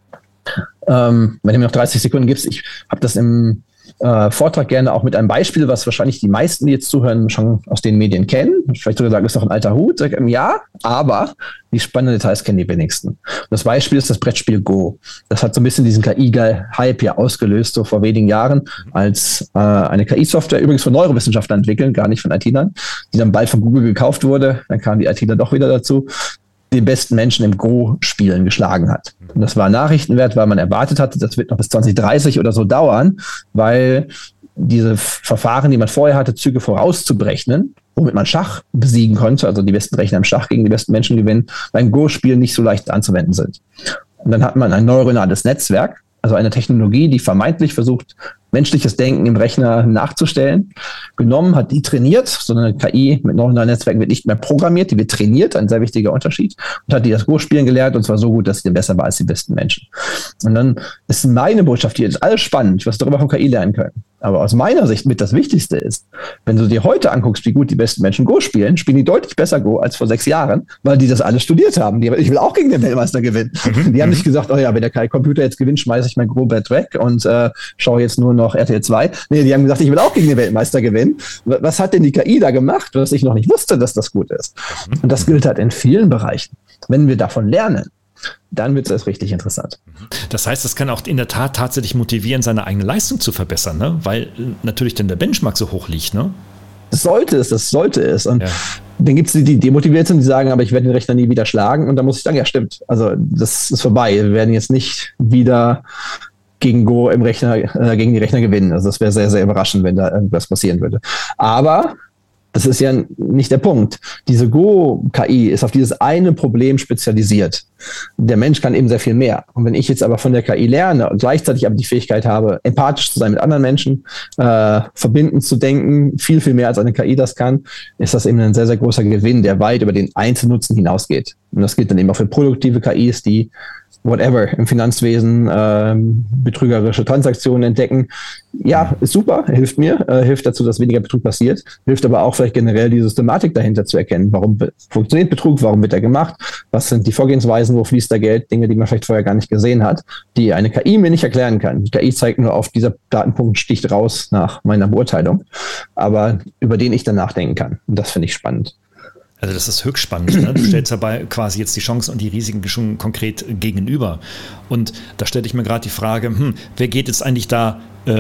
Wenn du mir noch 30 Sekunden gibst, ich habe das im Vortrag gerne auch mit einem Beispiel, was wahrscheinlich die meisten, die jetzt zuhören, schon aus den Medien kennen. Vielleicht sogar sagen, ist doch ein alter Hut. Ja, aber die spannenden Details kennen die wenigsten. Das Beispiel ist das Brettspiel Go. Das hat so ein bisschen diesen KI-Hype ja ausgelöst, so vor wenigen Jahren, als eine KI-Software, übrigens von Neurowissenschaftlern entwickelt, gar nicht von IT-Lern, die dann bald von Google gekauft wurde. Dann kamen die ITler doch wieder dazu, den besten Menschen im Go-Spielen geschlagen hat. Und das war Nachrichtenwert, weil man erwartet hatte, das wird noch bis 2030 oder so dauern, weil diese Verfahren, die man vorher hatte, Züge vorauszuberechnen, womit man Schach besiegen konnte, also die besten Rechner im Schach gegen die besten Menschen gewinnen, beim Go-Spielen nicht so leicht anzuwenden sind. Und dann hat man ein neuronales Netzwerk, also eine Technologie, die vermeintlich versucht, menschliches Denken im Rechner nachzustellen, genommen, hat die trainiert. So eine KI mit neuronalen Netzwerken wird nicht mehr programmiert, die wird trainiert, ein sehr wichtiger Unterschied. Und hat die das Go-Spielen gelernt und zwar so gut, dass sie dann besser war als die besten Menschen. Und dann ist meine Botschaft hier, ist alles spannend, was wir darüber von KI lernen können. Aber aus meiner Sicht mit das Wichtigste ist, wenn du dir heute anguckst, wie gut die besten Menschen Go spielen, spielen die deutlich besser Go als vor 6 Jahren, weil die das alles studiert haben. Ich will auch gegen den Weltmeister gewinnen. Die haben nicht gesagt, oh ja, wenn der KI-Computer jetzt gewinnt, schmeiße ich mein Go-Bett weg und schaue jetzt nur noch RTL 2. Nee, die haben gesagt, ich will auch gegen den Weltmeister gewinnen. Was hat denn die KI da gemacht, was ich noch nicht wusste, dass das gut ist? Und das gilt halt in vielen Bereichen. Wenn wir davon lernen, dann wird es erst richtig interessant. Das heißt, das kann auch in der Tat tatsächlich motivieren, seine eigene Leistung zu verbessern, ne? Weil natürlich dann der Benchmark so hoch liegt, ne? Das sollte es. Und dann gibt es die demotiviert sind, die sagen, aber ich werde den Rechner nie wieder schlagen. Und dann muss ich sagen, ja stimmt, also das ist vorbei. Wir werden jetzt nicht wieder gegen Go im Rechner, gegen die Rechner gewinnen. Also das wäre sehr, sehr überraschend, wenn da irgendwas passieren würde. Aber das ist ja nicht der Punkt. Diese Go-KI ist auf dieses eine Problem spezialisiert. Der Mensch kann eben sehr viel mehr. Und wenn ich jetzt aber von der KI lerne und gleichzeitig aber die Fähigkeit habe, empathisch zu sein mit anderen Menschen, verbindend zu denken, viel, viel mehr als eine KI das kann, ist das eben ein sehr, sehr großer Gewinn, der weit über den Einzelnutzen hinausgeht. Und das gilt dann eben auch für produktive KIs, die whatever, im Finanzwesen betrügerische Transaktionen entdecken. Ja, ist super, hilft mir, hilft dazu, dass weniger Betrug passiert, hilft aber auch vielleicht generell die Systematik dahinter zu erkennen. Warum funktioniert Betrug, warum wird er gemacht, was sind die Vorgehensweisen, wo fließt da Geld, Dinge, die man vielleicht vorher gar nicht gesehen hat, die eine KI mir nicht erklären kann. Die KI zeigt nur auf, dieser Datenpunkt sticht raus nach meiner Beurteilung, aber über den ich dann nachdenken kann. Und das finde ich spannend. Also das ist höchst spannend. Ne? Du stellst dabei quasi jetzt die Chancen und die Risiken schon konkret gegenüber. Und da stelle ich mir gerade die Frage, wer geht jetzt eigentlich da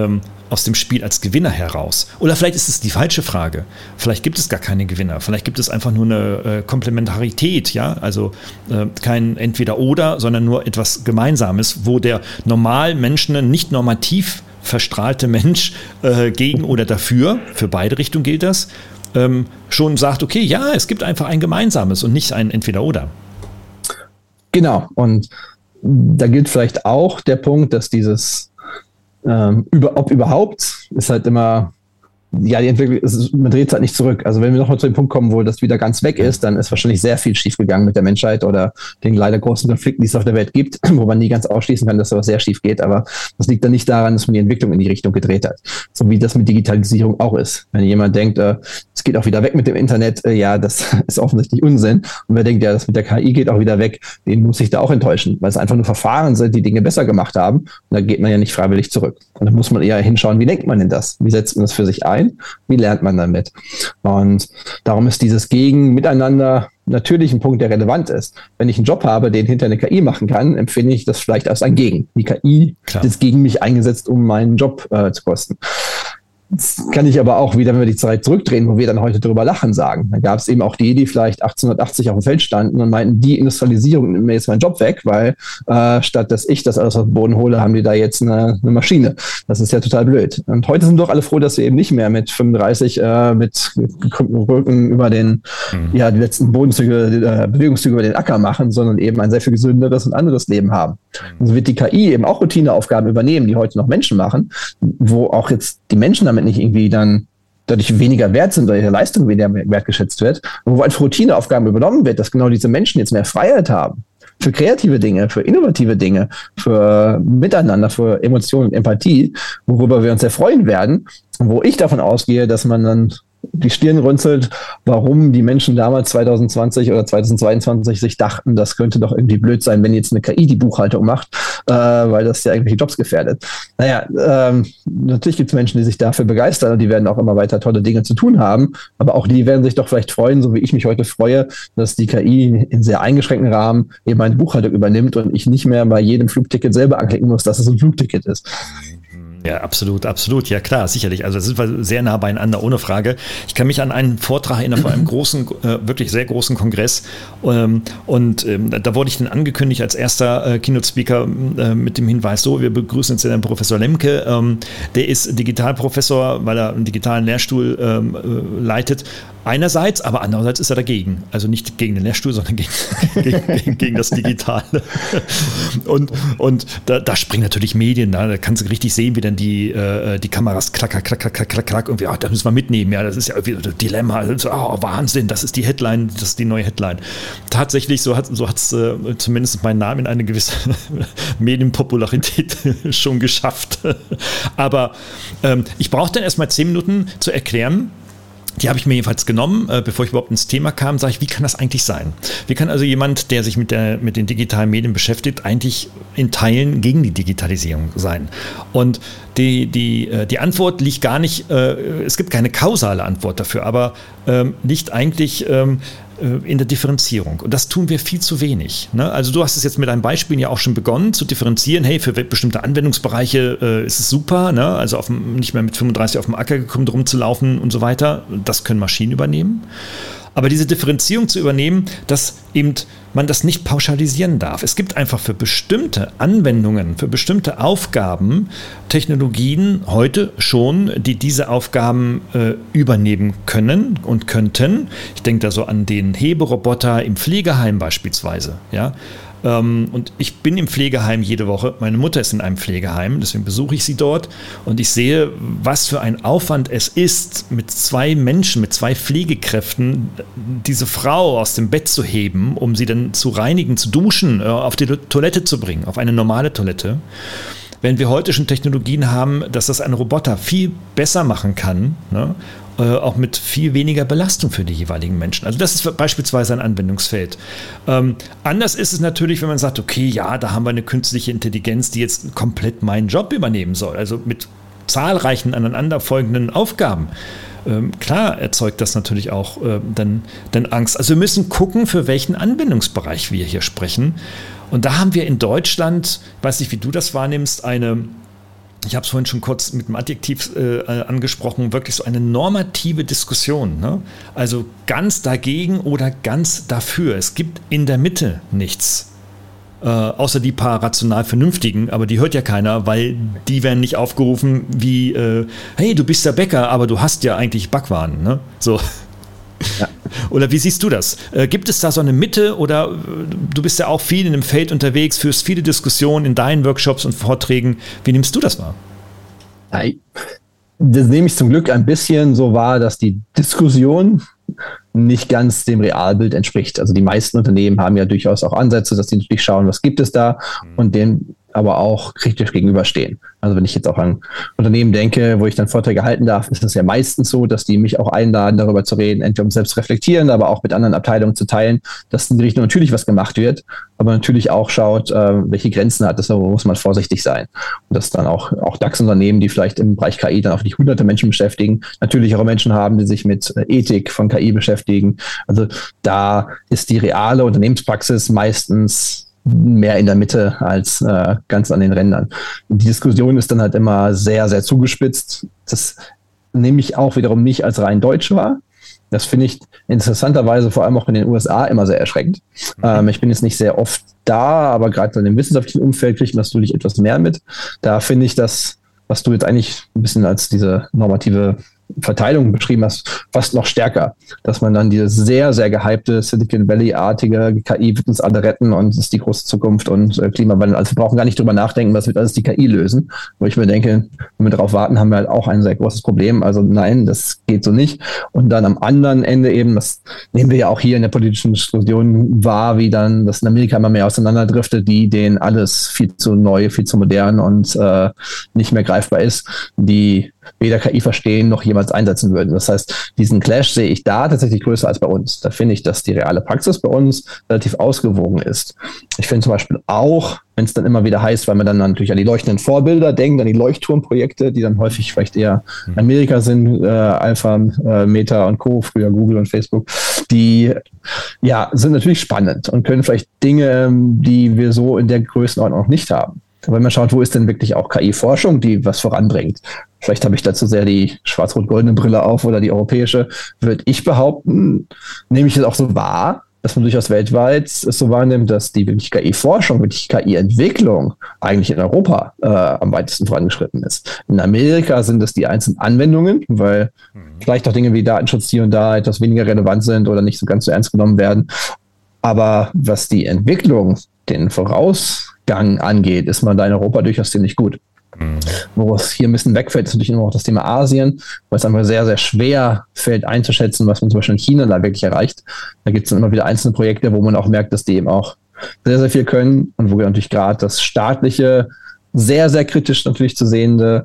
aus dem Spiel als Gewinner heraus? Oder vielleicht ist es die falsche Frage. Vielleicht gibt es gar keine Gewinner. Vielleicht gibt es einfach nur eine Komplementarität, ja, also kein Entweder-Oder, sondern nur etwas Gemeinsames, wo der Normalmenschen, nicht normativ verstrahlte Mensch gegen oder dafür, für beide Richtungen gilt das, schon sagt, okay, ja, es gibt einfach ein Gemeinsames und nicht ein Entweder-Oder. Genau, und da gilt vielleicht auch der Punkt, dass dieses ob überhaupt ist halt immer, ja, die Entwicklung, man dreht es halt nicht zurück. Also wenn wir nochmal zu dem Punkt kommen, wo das wieder ganz weg ist, dann ist wahrscheinlich sehr viel schiefgegangen mit der Menschheit oder den leider großen Konflikten, die es auf der Welt gibt, wo man nie ganz ausschließen kann, dass da was sehr schief geht. Aber das liegt dann nicht daran, dass man die Entwicklung in die Richtung gedreht hat. So wie das mit Digitalisierung auch ist. Wenn jemand denkt, es geht auch wieder weg mit dem Internet, ja, das ist offensichtlich Unsinn. Und wer denkt, ja, das mit der KI geht auch wieder weg, den muss ich da auch enttäuschen, weil es einfach nur Verfahren sind, die Dinge besser gemacht haben. Und da geht man ja nicht freiwillig zurück. Und da muss man eher hinschauen, wie denkt man denn das? Wie setzt man das für sich ein? ein. Wie lernt man damit? Und darum ist dieses Miteinander natürlich ein Punkt, der relevant ist. Wenn ich einen Job habe, den hinter eine KI machen kann, empfinde ich das vielleicht als ein Gegen. Die KI ist gegen mich eingesetzt, um meinen Job zu kosten. Das kann ich aber auch wieder, wenn wir die Zeit zurückdrehen, wo wir dann heute drüber lachen, sagen. Da gab es eben auch die vielleicht 1880 auf dem Feld standen und meinten, die Industrialisierung nimmt mir jetzt meinen Job weg, weil statt dass ich das alles aus dem Boden hole, haben die da jetzt eine Maschine. Das ist ja total blöd. Und heute sind doch alle froh, dass wir eben nicht mehr mit 35 mit gekrümmten Rücken über die letzten Bewegungszüge über den Acker machen, sondern eben ein sehr viel gesünderes und anderes Leben haben. Und so wird die KI eben auch Routineaufgaben übernehmen, die heute noch Menschen machen, wo auch jetzt die Menschen damit nicht irgendwie dann dadurch weniger wert sind oder ihre Leistung weniger wertgeschätzt wird, und wo einfach Routineaufgaben übernommen wird, dass genau diese Menschen jetzt mehr Freiheit haben für kreative Dinge, für innovative Dinge, für Miteinander, für Emotionen und Empathie, worüber wir uns sehr freuen werden, und wo ich davon ausgehe, dass man dann die Stirn runzelt, warum die Menschen damals 2020 oder 2022 sich dachten, das könnte doch irgendwie blöd sein, wenn jetzt eine KI die Buchhaltung macht, weil das ja irgendwelche Jobs gefährdet. Natürlich gibt es Menschen, die sich dafür begeistern und die werden auch immer weiter tolle Dinge zu tun haben, aber auch die werden sich doch vielleicht freuen, so wie ich mich heute freue, dass die KI in sehr eingeschränkten Rahmen eben meine Buchhaltung übernimmt und ich nicht mehr bei jedem Flugticket selber anklicken muss, dass es ein Flugticket ist. Ja, absolut. Ja, klar, sicherlich. Also da sind wir sehr nah beieinander, ohne Frage. Ich kann mich an einen Vortrag erinnern vor einem großen, wirklich sehr großen Kongress. Da wurde ich dann angekündigt als erster Keynote-Speaker mit dem Hinweis, so, wir begrüßen jetzt den Professor Lemke. Der ist Digitalprofessor, weil er einen digitalen Lehrstuhl leitet. Einerseits, aber andererseits ist er dagegen. Also nicht gegen den Lehrstuhl, sondern gegen das Digitale. Und da springen natürlich Medien, da kannst du richtig sehen, wie dann die Kameras klack, irgendwie, da müssen wir mitnehmen. Ja, das ist ja irgendwie ein Dilemma. Also, Wahnsinn, das ist die Headline, das ist die neue Headline. Tatsächlich, so hat's zumindest mein Name in eine gewisse Medienpopularität schon geschafft. Aber ich brauche dann erstmal 10 Minuten zu erklären. Die habe ich mir jedenfalls genommen, bevor ich überhaupt ins Thema kam, sage ich, wie kann das eigentlich sein? Wie kann also jemand, der sich mit den digitalen Medien beschäftigt, eigentlich in Teilen gegen die Digitalisierung sein? Und die Antwort liegt gar nicht, es gibt keine kausale Antwort dafür, aber liegt eigentlich in der Differenzierung. Und das tun wir viel zu wenig. Ne? Also du hast es jetzt mit einem Beispiel ja auch schon begonnen zu differenzieren. Hey, für bestimmte Anwendungsbereiche ist es super, ne? Also nicht mehr mit 35 auf dem Acker gekommen, rumzulaufen und so weiter. Das können Maschinen übernehmen. Aber diese Differenzierung zu übernehmen, dass eben man das nicht pauschalisieren darf. Es gibt einfach für bestimmte Anwendungen, für bestimmte Aufgaben Technologien heute schon, die diese Aufgaben übernehmen können und könnten. Ich denke da so an den Heberoboter im Pflegeheim beispielsweise, ja. Und ich bin im Pflegeheim jede Woche. Meine Mutter ist in einem Pflegeheim, deswegen besuche ich sie dort. Und ich sehe, was für ein Aufwand es ist, mit 2 Menschen, mit 2 Pflegekräften, diese Frau aus dem Bett zu heben, um sie dann zu reinigen, zu duschen, auf die Toilette zu bringen, auf eine normale Toilette. Wenn wir heute schon Technologien haben, dass das ein Roboter viel besser machen kann, ne? Auch mit viel weniger Belastung für die jeweiligen Menschen. Also das ist beispielsweise ein Anwendungsfeld. Anders ist es natürlich, wenn man sagt, okay, ja, da haben wir eine künstliche Intelligenz, die jetzt komplett meinen Job übernehmen soll, also mit zahlreichen aneinanderfolgenden Aufgaben. Klar erzeugt das natürlich auch dann Angst. Also wir müssen gucken, für welchen Anwendungsbereich wir hier sprechen. Und da haben wir in Deutschland, ich weiß nicht, wie du das wahrnimmst, ich habe es vorhin schon kurz mit dem Adjektiv angesprochen, wirklich so eine normative Diskussion. Ne? Also ganz dagegen oder ganz dafür. Es gibt in der Mitte nichts. Außer die paar rational Vernünftigen, aber die hört ja keiner, weil die werden nicht aufgerufen wie, hey, du bist der Bäcker, aber du hast ja eigentlich Backwaren. Ne? So. Ja. Oder wie siehst du das? Gibt es da so eine Mitte oder du bist ja auch viel in dem Feld unterwegs, führst viele Diskussionen in deinen Workshops und Vorträgen. Wie nimmst du das wahr? Das nehme ich zum Glück ein bisschen so wahr, dass die Diskussion nicht ganz dem Realbild entspricht. Also die meisten Unternehmen haben ja durchaus auch Ansätze, dass sie natürlich schauen, was gibt es da und den aber auch kritisch gegenüberstehen. Also wenn ich jetzt auch an Unternehmen denke, wo ich dann Vorträge halten darf, ist es ja meistens so, dass die mich auch einladen, darüber zu reden, entweder um selbst reflektieren, aber auch mit anderen Abteilungen zu teilen, dass in die Richtung natürlich was gemacht wird, aber natürlich auch schaut, welche Grenzen hat es, da muss man vorsichtig sein. Und dass dann auch DAX-Unternehmen, die vielleicht im Bereich KI dann auch nicht hunderte Menschen beschäftigen, natürlich auch Menschen haben, die sich mit Ethik von KI beschäftigen. Also da ist die reale Unternehmenspraxis meistens mehr in der Mitte als ganz an den Rändern. Die Diskussion ist dann halt immer sehr, sehr zugespitzt. Das nehme ich auch wiederum nicht als rein deutsch wahr. Das finde ich interessanterweise vor allem auch in den USA immer sehr erschreckend. Ich bin jetzt nicht sehr oft da, aber gerade in dem wissenschaftlichen Umfeld kriegt man das natürlich etwas mehr mit. Da finde ich das, was du jetzt eigentlich ein bisschen als diese normative Verteilung beschrieben hast, fast noch stärker, dass man dann diese sehr, sehr gehypte Silicon Valley-artige KI wird uns alle retten und es ist die große Zukunft und Klimawandel. Also wir brauchen gar nicht drüber nachdenken, was wird alles die KI lösen. Wo ich mir denke, wenn wir darauf warten, haben wir halt auch ein sehr großes Problem. Also nein, das geht so nicht. Und dann am anderen Ende eben, das nehmen wir ja auch hier in der politischen Diskussion wahr, wie dann das in Amerika immer mehr auseinanderdriftet, denen alles viel zu neu, viel zu modern und nicht mehr greifbar ist, die weder KI verstehen noch jemals einsetzen würden. Das heißt, diesen Clash sehe ich da tatsächlich größer als bei uns. Da finde ich, dass die reale Praxis bei uns relativ ausgewogen ist. Ich finde zum Beispiel auch, wenn es dann immer wieder heißt, weil man dann natürlich an die leuchtenden Vorbilder denkt, an die Leuchtturmprojekte, die dann häufig vielleicht eher Amerika sind, Alpha, Meta und Co., früher Google und Facebook, die ja sind natürlich spannend und können vielleicht Dinge, die wir so in der Größenordnung noch nicht haben. Wenn man schaut, wo ist denn wirklich auch KI-Forschung, die was voranbringt. Vielleicht habe ich dazu sehr die schwarz-rot-goldene Brille auf oder die europäische, würde ich behaupten, nehme ich es auch so wahr, dass man durchaus weltweit es so wahrnimmt, dass die wirklich KI-Forschung, wirklich KI-Entwicklung eigentlich in Europa am weitesten vorangeschritten ist. In Amerika sind es die einzelnen Anwendungen, weil vielleicht auch Dinge wie Datenschutz hier und da etwas weniger relevant sind oder nicht so ganz so ernst genommen werden. Aber was die Entwicklung, den Vorausgang angeht, ist man da in Europa durchaus ziemlich gut. Wo es hier ein bisschen wegfällt, ist natürlich immer auch das Thema Asien, weil es einfach sehr, sehr schwer fällt einzuschätzen, was man zum Beispiel in China da wirklich erreicht. Da gibt es dann immer wieder einzelne Projekte, wo man auch merkt, dass die eben auch sehr, sehr viel können und wo wir natürlich gerade das staatliche, sehr, sehr kritisch natürlich zu sehende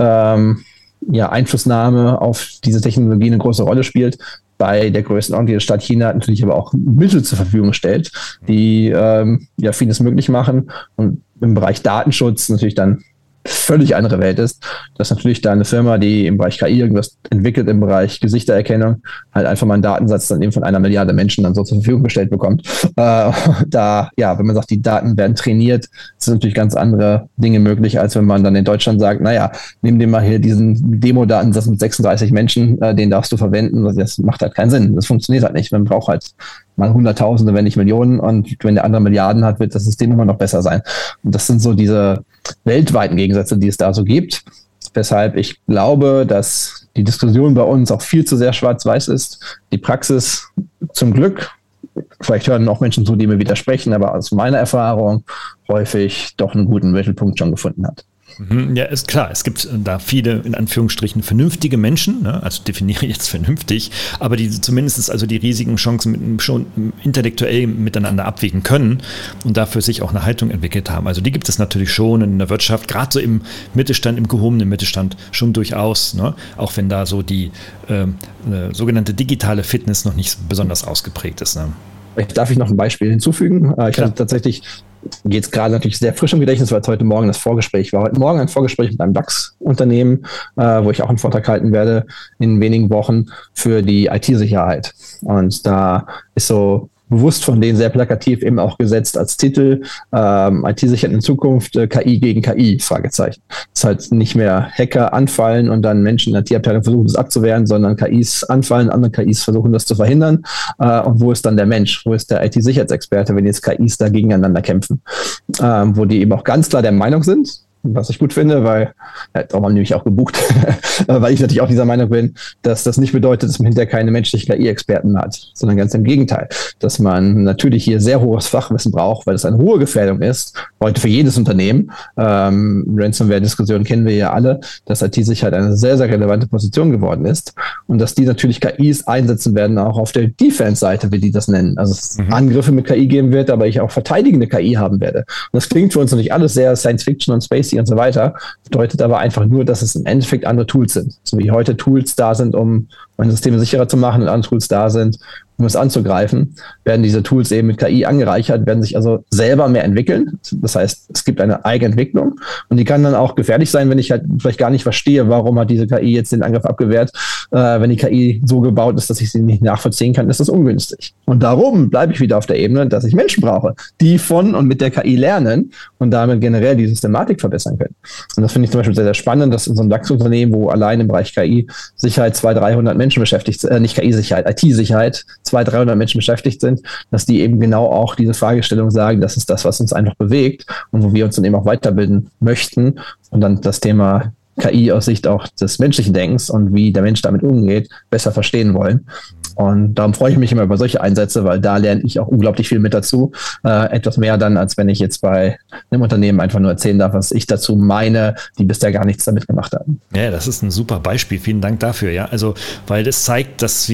Einflussnahme auf diese Technologie eine große Rolle spielt. Bei der Größenordnung, die die Stadt China natürlich aber auch Mittel zur Verfügung stellt, die vieles möglich machen und im Bereich Datenschutz natürlich dann völlig andere Welt ist, dass natürlich da eine Firma, die im Bereich KI irgendwas entwickelt, im Bereich Gesichtererkennung, halt einfach mal einen Datensatz dann eben von 1 Milliarde Menschen dann so zur Verfügung gestellt bekommt. Wenn man sagt, die Daten werden trainiert, sind natürlich ganz andere Dinge möglich, als wenn man dann in Deutschland sagt, nimm dir mal hier diesen Demo-Datensatz mit 36 Menschen, den darfst du verwenden. Das macht halt keinen Sinn. Das funktioniert halt nicht. Man braucht halt mal Hunderttausende, wenn nicht Millionen. Und wenn der andere Milliarden hat, wird das System immer noch besser sein. Und das sind so diese weltweiten Gegensätze, die es da so gibt. Weshalb ich glaube, dass die Diskussion bei uns auch viel zu sehr schwarz-weiß ist. Die Praxis zum Glück, vielleicht hören auch Menschen zu, die mir widersprechen, aber aus meiner Erfahrung häufig doch einen guten Mittelpunkt schon gefunden hat. Ja, ist klar, es gibt da viele, in Anführungsstrichen, vernünftige Menschen, ne? Also definiere jetzt vernünftig, aber die zumindest also die riesigen Chancen schon intellektuell miteinander abwägen können und dafür sich auch eine Haltung entwickelt haben. Also die gibt es natürlich schon in der Wirtschaft, gerade so im Mittelstand, im gehobenen Mittelstand schon durchaus, ne? Auch wenn da so die sogenannte digitale Fitness noch nicht besonders ausgeprägt ist. Ne? Darf ich noch ein Beispiel hinzufügen? Ich hatte tatsächlich, geht es gerade natürlich sehr frisch im Gedächtnis, weil es heute Morgen das Vorgespräch war. Heute Morgen ein Vorgespräch mit einem DAX-Unternehmen, wo ich auch einen Vortrag halten werde in wenigen Wochen für die IT-Sicherheit. Und da ist so bewusst von denen sehr plakativ eben auch gesetzt als Titel IT-Sicherheit in Zukunft, KI gegen KI, Fragezeichen. Das ist halt nicht mehr Hacker anfallen und dann Menschen in der IT-Abteilung versuchen, das abzuwehren, sondern KIs anfallen, andere KIs versuchen, das zu verhindern. Und wo ist dann der Mensch? Wo ist der IT-Sicherheitsexperte, wenn jetzt KIs da gegeneinander kämpfen? Wo die eben auch ganz klar der Meinung sind, was ich gut finde, weil, darum haben die mich auch gebucht, weil ich natürlich auch dieser Meinung bin, dass das nicht bedeutet, dass man hinterher keine menschlichen KI-Experten hat, sondern ganz im Gegenteil, dass man natürlich hier sehr hohes Fachwissen braucht, weil das eine hohe Gefährdung ist, heute für jedes Unternehmen. Ransomware-Diskussionen kennen wir ja alle, dass IT-Sicherheit eine sehr, sehr relevante Position geworden ist und dass die natürlich KIs einsetzen werden, auch auf der Defense-Seite, wie die das nennen. Also es Angriffe mit KI geben wird, aber ich auch verteidigende KI haben werde. Und das klingt für uns natürlich alles sehr Science-Fiction und Spacey und so weiter, bedeutet aber einfach nur, dass es im Endeffekt andere Tools sind. So wie heute Tools da sind, um meine Systeme sicherer zu machen und andere Tools da sind, um es anzugreifen, werden diese Tools eben mit KI angereichert, werden sich also selber mehr entwickeln. Das heißt, es gibt eine Eigenentwicklung und die kann dann auch gefährlich sein, wenn ich halt vielleicht gar nicht verstehe, warum hat diese KI jetzt den Angriff abgewehrt. Wenn die KI so gebaut ist, dass ich sie nicht nachvollziehen kann, ist das ungünstig. Und darum bleibe ich wieder auf der Ebene, dass ich Menschen brauche, die von und mit der KI lernen und damit generell die Systematik verbessern können. Und das finde ich zum Beispiel sehr, sehr spannend, dass in so einem DAX-Unternehmen, wo allein im Bereich KI-Sicherheit 200-300 Menschen beschäftigt sind, nicht KI-Sicherheit, IT-Sicherheit, 200-300 Menschen beschäftigt sind, dass die eben genau auch diese Fragestellung sagen, das ist das, was uns einfach bewegt und wo wir uns dann eben auch weiterbilden möchten und dann das Thema KI aus Sicht auch des menschlichen Denkens und wie der Mensch damit umgeht, besser verstehen wollen. Und darum freue ich mich immer über solche Einsätze, weil da lerne ich auch unglaublich viel mit dazu. Etwas mehr dann, als wenn ich jetzt bei einem Unternehmen einfach nur erzählen darf, was ich dazu meine, die bisher gar nichts damit gemacht haben. Ja, das ist ein super Beispiel. Vielen Dank dafür. Ja, also, weil das zeigt, dass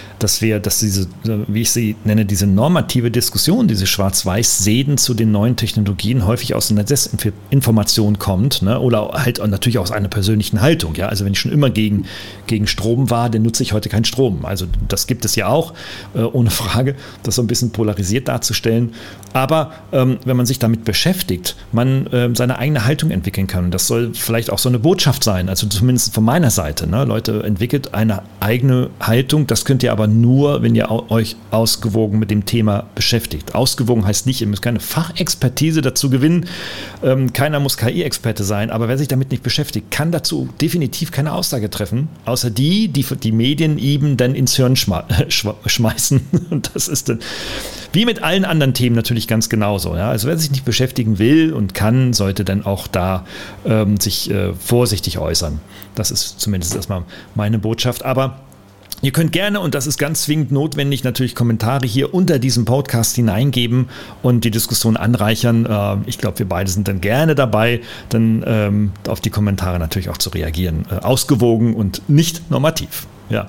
diese, wie ich sie nenne, diese normative Diskussion, diese Schwarz-Weiß-Sehen zu den neuen Technologien häufig aus einer Desinformation kommt, ne? Oder halt natürlich aus einer persönlichen Haltung. Ja, also wenn ich schon immer gegen Strom war, dann nutze ich heute keinen Strom. Also das gibt es ja auch, ohne Frage, das so ein bisschen polarisiert darzustellen. Aber wenn man sich damit beschäftigt, man seine eigene Haltung entwickeln kann. Und das soll vielleicht auch so eine Botschaft sein, also zumindest von meiner Seite. Ne? Leute, entwickelt eine eigene Haltung. Das könnt ihr aber nur, wenn ihr euch ausgewogen mit dem Thema beschäftigt. Ausgewogen heißt nicht, ihr müsst keine Fachexpertise dazu gewinnen. Keiner muss KI-Experte sein, aber wer sich damit nicht beschäftigt, kann dazu definitiv keine Aussage treffen, außer die Medien eben dann ins Hirn schmeißen. Und das ist dann wie mit allen anderen Themen natürlich ganz genauso. Ja? Also wer sich nicht beschäftigen will und kann, sollte dann auch da sich vorsichtig äußern. Das ist zumindest erstmal meine Botschaft. Aber ihr könnt gerne, und das ist ganz zwingend notwendig, natürlich Kommentare hier unter diesem Podcast hineingeben und die Diskussion anreichern. Ich glaube, wir beide sind dann gerne dabei, dann auf die Kommentare natürlich auch zu reagieren. Ausgewogen und nicht normativ.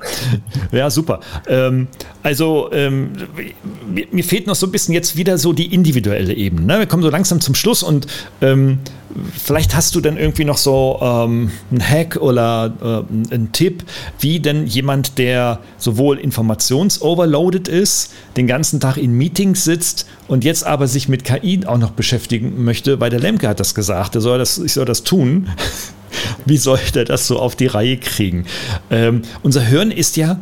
Ja, super. Mir fehlt noch so ein bisschen jetzt wieder so die individuelle Ebene. Ne? Wir kommen so langsam zum Schluss und vielleicht hast du dann irgendwie noch so einen Hack oder einen Tipp, wie denn jemand, der sowohl informationsoverloaded ist, den ganzen Tag in Meetings sitzt und jetzt aber sich mit KI auch noch beschäftigen möchte, weil der Lemke hat das gesagt, ich soll das tun. Wie soll der das so auf die Reihe kriegen? Unser Hirn ist ja,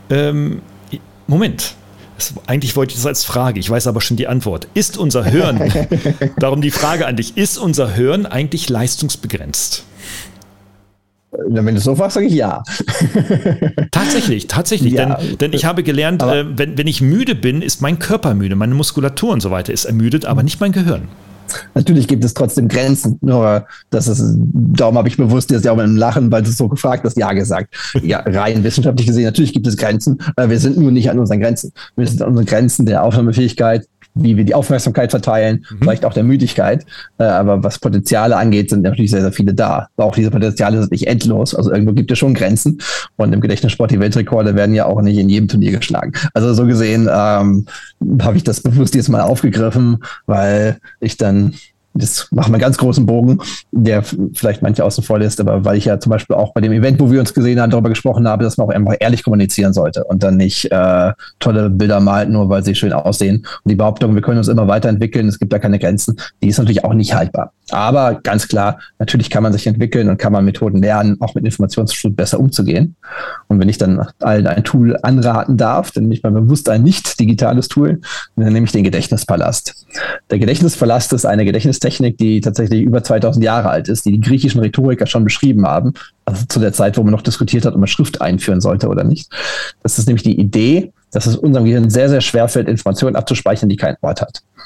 eigentlich wollte ich das als Frage, ich weiß aber schon die Antwort. Ist unser Hirn, darum die Frage an dich, ist unser Hirn eigentlich leistungsbegrenzt? Wenn du es so fragst, sage ich ja. Tatsächlich. Ja, denn ich habe gelernt, wenn ich müde bin, ist mein Körper müde, meine Muskulatur und so weiter ist ermüdet, aber nicht mein Gehirn. Natürlich gibt es trotzdem Grenzen, nur darum habe ich bewusst jetzt ja auch mit einem Lachen, weil du es so gefragt hast, ja gesagt. Ja, rein wissenschaftlich gesehen, natürlich gibt es Grenzen, wir sind nur nicht an unseren Grenzen. Wir sind an unseren Grenzen der Aufnahmefähigkeit, wie wir die Aufmerksamkeit verteilen, vielleicht auch der Müdigkeit. Aber was Potenziale angeht, sind natürlich sehr, sehr viele da. Auch diese Potenziale sind nicht endlos. Also irgendwo gibt es schon Grenzen. Und im Gedächtnissport, die Weltrekorde werden ja auch nicht in jedem Turnier geschlagen. Also so gesehen habe ich das bewusst jetzt mal aufgegriffen, weil ich dann, das machen wir einen ganz großen Bogen, der vielleicht manche außen vor lässt, aber weil ich ja zum Beispiel auch bei dem Event, wo wir uns gesehen haben, darüber gesprochen habe, dass man auch einfach ehrlich kommunizieren sollte und dann nicht tolle Bilder malt, nur weil sie schön aussehen. Und die Behauptung, wir können uns immer weiterentwickeln, es gibt da keine Grenzen, die ist natürlich auch nicht haltbar. Aber ganz klar, natürlich kann man sich entwickeln und kann man Methoden lernen, auch mit Informationsflut besser umzugehen. Und wenn ich dann allen ein Tool anraten darf, dann nehme ich mal bewusst ein nicht digitales Tool, dann nehme ich den Gedächtnispalast. Der Gedächtnispalast ist eine Gedächtnistechnik, die tatsächlich über 2000 Jahre alt ist, die griechischen Rhetoriker schon beschrieben haben, also zu der Zeit, wo man noch diskutiert hat, ob man Schrift einführen sollte oder nicht. Das ist nämlich die Idee, dass es unserem Gehirn sehr, sehr schwer fällt, Informationen abzuspeichern, die keinen Ort hat.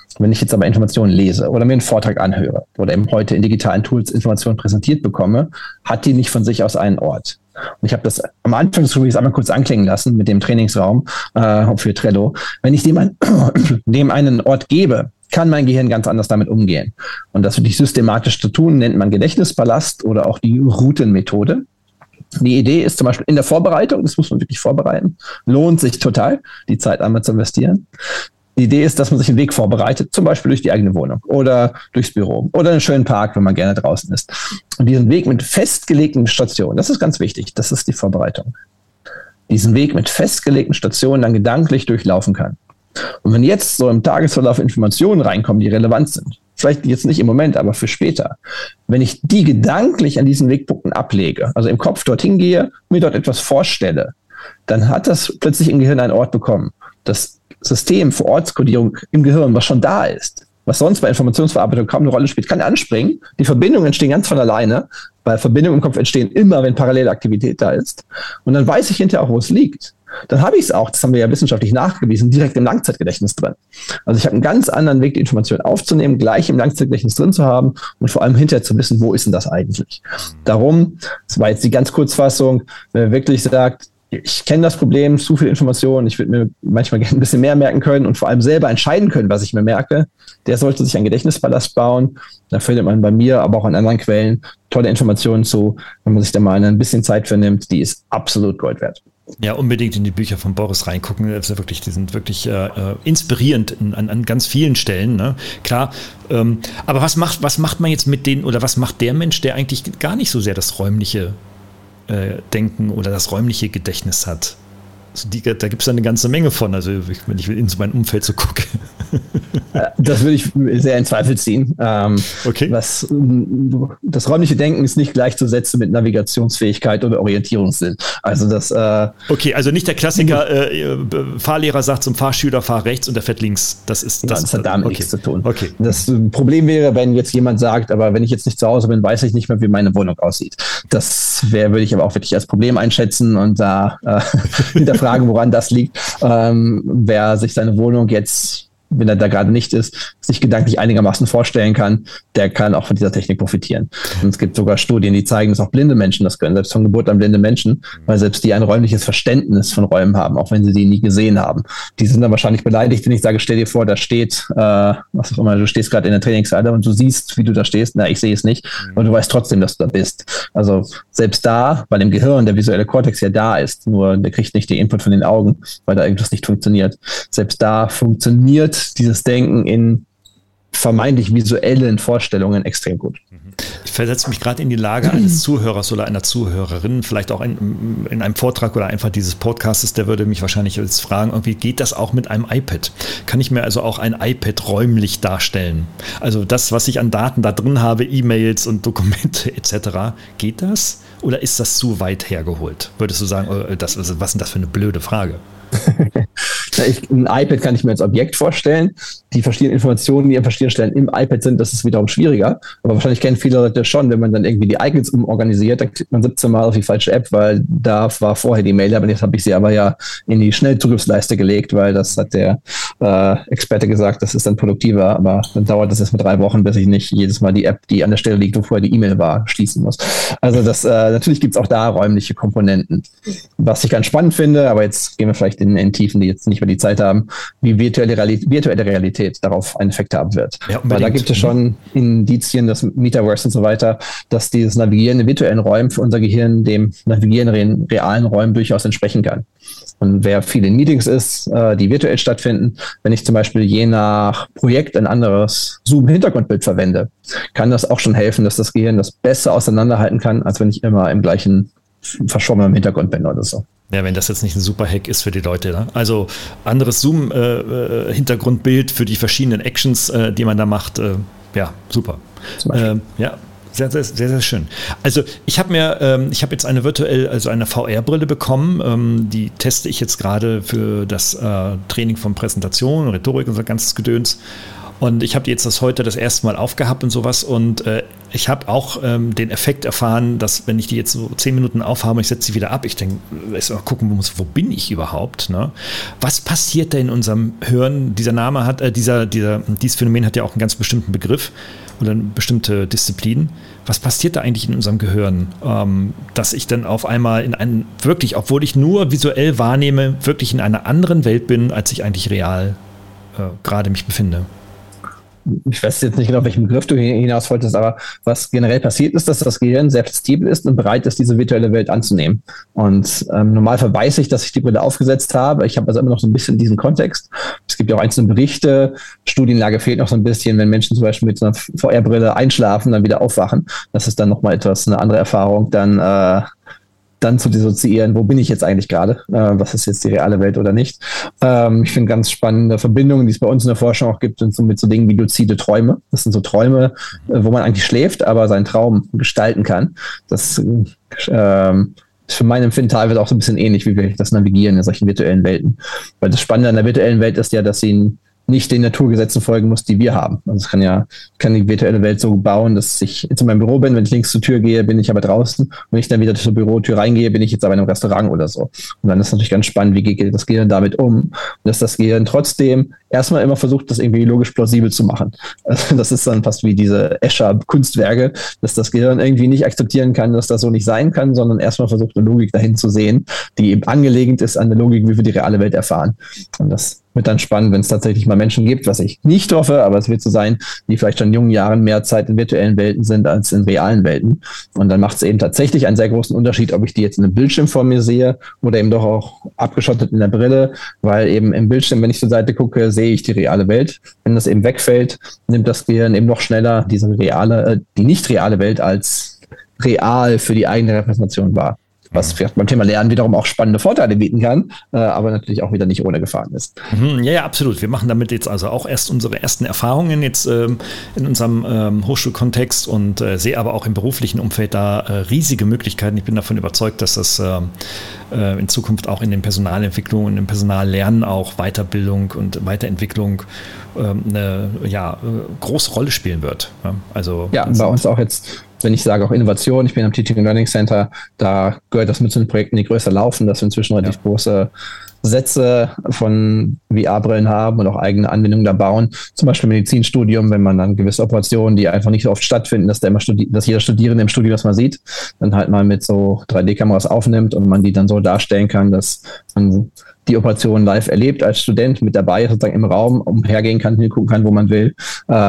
Wenn ich jetzt aber Informationen lese oder mir einen Vortrag anhöre oder eben heute in digitalen Tools Informationen präsentiert bekomme, hat die nicht von sich aus einen Ort. Und ich habe das am Anfang des Gesprächs einmal kurz anklingen lassen mit dem Trainingsraum für Trello. Wenn ich dem einen Ort gebe, kann mein Gehirn ganz anders damit umgehen. Und das wirklich systematisch zu tun, nennt man Gedächtnispalast oder auch die Routenmethode. Die Idee ist zum Beispiel in der Vorbereitung, das muss man wirklich vorbereiten, lohnt sich total, die Zeit einmal zu investieren. Die Idee ist, dass man sich einen Weg vorbereitet, zum Beispiel durch die eigene Wohnung oder durchs Büro oder einen schönen Park, wenn man gerne draußen ist. Und diesen Weg mit festgelegten Stationen, das ist ganz wichtig, das ist die Vorbereitung. Diesen Weg mit festgelegten Stationen dann gedanklich durchlaufen kann. Und wenn jetzt so im Tagesverlauf Informationen reinkommen, die relevant sind, vielleicht jetzt nicht im Moment, aber für später, wenn ich die gedanklich an diesen Wegpunkten ablege, also im Kopf dorthin gehe, mir dort etwas vorstelle, dann hat das plötzlich im Gehirn einen Ort bekommen. Das System für Ortskodierung im Gehirn, was schon da ist, was sonst bei Informationsverarbeitung kaum eine Rolle spielt, kann anspringen. Die Verbindungen entstehen ganz von alleine, weil Verbindungen im Kopf entstehen immer, wenn parallele Aktivität da ist. Und dann weiß ich hinterher auch, wo es liegt. Dann habe ich es auch, das haben wir ja wissenschaftlich nachgewiesen, direkt im Langzeitgedächtnis drin. Also ich habe einen ganz anderen Weg, die Information aufzunehmen, gleich im Langzeitgedächtnis drin zu haben und vor allem hinterher zu wissen, wo ist denn das eigentlich. Darum, das war jetzt die ganz Kurzfassung, wenn man wirklich sagt, ich kenne das Problem, zu viel Information, ich würde mir manchmal gerne ein bisschen mehr merken können und vor allem selber entscheiden können, was ich mir merke, der sollte sich einen Gedächtnispalast bauen. Da findet man bei mir, aber auch an anderen Quellen tolle Informationen zu, wenn man sich da mal ein bisschen Zeit für nimmt, die ist absolut Gold wert. Ja, unbedingt in die Bücher von Boris reingucken. Die sind wirklich inspirierend an ganz vielen Stellen. Ne? Klar, aber was macht man jetzt mit denen oder was macht der Mensch, der eigentlich gar nicht so sehr das räumliche Denken oder das räumliche Gedächtnis hat? Also da gibt es eine ganze Menge von, also wenn ich in so mein Umfeld so gucke. Das würde ich sehr in Zweifel ziehen. Okay. Das räumliche Denken ist nicht gleichzusetzen mit Navigationsfähigkeit oder Orientierungssinn. Also das. Okay, also nicht der Klassiker, Fahrlehrer sagt zum Fahrschüler, fahr rechts und der fährt links. Das hat damit nichts zu tun. Okay. Das Problem wäre, wenn jetzt jemand sagt, aber wenn ich jetzt nicht zu Hause bin, weiß ich nicht mehr, wie meine Wohnung aussieht. Das würde ich aber auch wirklich als Problem einschätzen und da hinterfragen, woran das liegt. Wer sich seine Wohnung jetzt, wenn er da gerade nicht ist, sich gedanklich einigermaßen vorstellen kann, der kann auch von dieser Technik profitieren. Und es gibt sogar Studien, die zeigen, dass auch blinde Menschen das können, selbst von Geburt an blinde Menschen, weil selbst die ein räumliches Verständnis von Räumen haben, auch wenn sie die nie gesehen haben. Die sind dann wahrscheinlich beleidigt, wenn ich sage, stell dir vor, da steht, was auch immer, du stehst gerade in der Trainingshalle und du siehst, wie du da stehst. Na, ich sehe es nicht, aber du weißt trotzdem, dass du da bist. Also selbst da, weil im Gehirn der visuelle Kortex ja da ist, nur der kriegt nicht den Input von den Augen, weil da irgendwas nicht funktioniert. Selbst da funktioniert dieses Denken in vermeintlich visuellen Vorstellungen extrem gut. Ich versetze mich gerade in die Lage eines Zuhörers oder einer Zuhörerin, vielleicht auch in einem Vortrag oder einfach dieses Podcastes, der würde mich wahrscheinlich jetzt fragen, irgendwie geht das auch mit einem iPad? Kann ich mir also auch ein iPad räumlich darstellen? Also das, was ich an Daten da drin habe, E-Mails und Dokumente etc., geht das? Oder ist das zu weit hergeholt? Würdest du sagen, was ist denn das für eine blöde Frage? Ein iPad kann ich mir als Objekt vorstellen. Die verschiedenen Informationen, die an verschiedenen Stellen im iPad sind, das ist wiederum schwieriger. Aber wahrscheinlich kennen viele Leute schon, wenn man dann irgendwie die Icons umorganisiert, dann klickt man 17 Mal auf die falsche App, weil da war vorher die Mail, aber jetzt habe ich sie aber ja in die Schnellzugriffsleiste gelegt, weil das hat der Experte gesagt, das ist dann produktiver, aber dann dauert das erstmal 3 Wochen, bis ich nicht jedes Mal die App, die an der Stelle liegt, wo vorher die E-Mail war, schließen muss. Also das natürlich gibt es auch da räumliche Komponenten. Was ich ganz spannend finde, aber jetzt gehen wir vielleicht in Tiefen, die jetzt nicht mehr die Zeit haben, wie virtuelle Realität darauf einen Effekt haben wird. Ja, weil da gibt es schon Indizien, das Metaverse und so weiter, dass dieses Navigieren in virtuellen Räumen für unser Gehirn dem Navigieren in realen Räumen durchaus entsprechen kann. Und wer viel in Meetings ist, die virtuell stattfinden, wenn ich zum Beispiel je nach Projekt ein anderes Zoom-Hintergrundbild verwende, kann das auch schon helfen, dass das Gehirn das besser auseinanderhalten kann, als wenn ich immer im gleichen verschwommenen Hintergrund bin oder so. Ja, wenn das jetzt nicht ein super Hack ist für die Leute. Ne? Also anderes Zoom-Hintergrundbild für die verschiedenen Actions, die man da macht. Ja, super. Ja, sehr, sehr, sehr, sehr schön. Also ich habe jetzt eine eine VR-Brille bekommen. Die teste ich jetzt gerade für das Training von Präsentation, Rhetorik und so ganzes Gedöns. Und ich habe jetzt das heute das erste Mal aufgehabt und sowas und ich habe auch den Effekt erfahren, dass wenn ich die jetzt so 10 Minuten aufhabe und ich setze sie wieder ab, ich denke, erst mal gucken, wo bin ich überhaupt? Ne? Was passiert da in unserem Hirn? Dieser Name hat, dieses Phänomen hat ja auch einen ganz bestimmten Begriff oder eine bestimmte Disziplin. Was passiert da eigentlich in unserem Gehirn, dass ich dann auf einmal wirklich, obwohl ich nur visuell wahrnehme, wirklich in einer anderen Welt bin, als ich eigentlich real gerade mich befinde? Ich weiß jetzt nicht genau, auf welchen Begriff du hinaus wolltest, aber was generell passiert ist, dass das Gehirn sehr flexibel ist und bereit ist, diese virtuelle Welt anzunehmen. Und normalerweise weiß ich, dass ich die Brille aufgesetzt habe. Ich habe also immer noch so ein bisschen diesen Kontext. Es gibt ja auch einzelne Berichte, Studienlage fehlt noch so ein bisschen, wenn Menschen zum Beispiel mit so einer VR-Brille einschlafen, dann wieder aufwachen. Das ist dann nochmal eine andere Erfahrung, dann zu dissoziieren, wo bin ich jetzt eigentlich gerade, was ist jetzt die reale Welt oder nicht. Ich finde ganz spannende Verbindungen, die es bei uns in der Forschung auch gibt, sind so mit so Dingen wie luzide Träume. Das sind so Träume, wo man eigentlich schläft, aber seinen Traum gestalten kann. Das ist für mein Empfinden teilweise auch so ein bisschen ähnlich, wie wir das navigieren in solchen virtuellen Welten. Weil das Spannende an der virtuellen Welt ist ja, dass sie nicht den Naturgesetzen folgen muss, die wir haben. Also ich kann die virtuelle Welt so bauen, dass ich jetzt in meinem Büro bin, wenn ich links zur Tür gehe, bin ich aber draußen. Wenn ich dann wieder zur Bürotür reingehe, bin ich jetzt aber in einem Restaurant oder so. Und dann ist natürlich ganz spannend, wie geht das Gehirn damit um? Und dass das Gehirn trotzdem erstmal immer versucht, das irgendwie logisch plausibel zu machen. Also das ist dann fast wie diese Escher-Kunstwerke, dass das Gehirn irgendwie nicht akzeptieren kann, dass das so nicht sein kann, sondern erstmal versucht, eine Logik dahin zu sehen, die eben angelegt ist an der Logik, wie wir die reale Welt erfahren. Und das wird dann spannend, wenn es tatsächlich mal Menschen gibt, was ich nicht hoffe, aber es wird so sein, die vielleicht schon in jungen Jahren mehr Zeit in virtuellen Welten sind als in realen Welten. Und dann macht es eben tatsächlich einen sehr großen Unterschied, ob ich die jetzt in einem Bildschirm vor mir sehe oder eben doch auch abgeschottet in der Brille, weil eben im Bildschirm, wenn ich zur Seite gucke, sehe ich die reale Welt. Wenn das eben wegfällt, nimmt das Gehirn eben noch schneller die nicht reale Welt als real für die eigene Repräsentation wahr. Was vielleicht beim Thema Lernen wiederum auch spannende Vorteile bieten kann, aber natürlich auch wieder nicht ohne Gefahren ist. Ja, absolut. Wir machen damit jetzt also auch erst unsere ersten Erfahrungen jetzt in unserem Hochschulkontext und sehe aber auch im beruflichen Umfeld da riesige Möglichkeiten. Ich bin davon überzeugt, dass das in Zukunft auch in den Personalentwicklungen und im Personallernen auch Weiterbildung und Weiterentwicklung eine große Rolle spielen wird. Also bei uns auch jetzt, wenn ich sage auch Innovation, ich bin am Teaching and Learning Center, da gehört das mit so den Projekten, die größer laufen, dass wir inzwischen relativ große Sätze von VR-Brillen haben und auch eigene Anwendungen da bauen. Zum Beispiel im Medizinstudium, wenn man dann gewisse Operationen, die einfach nicht so oft stattfinden, dass jeder Studierende im Studium das mal sieht, dann halt mal mit so 3D-Kameras aufnimmt und man die dann so darstellen kann, dass man die Operation live erlebt als Student mit dabei, sozusagen im Raum umhergehen kann, hingucken kann, wo man will.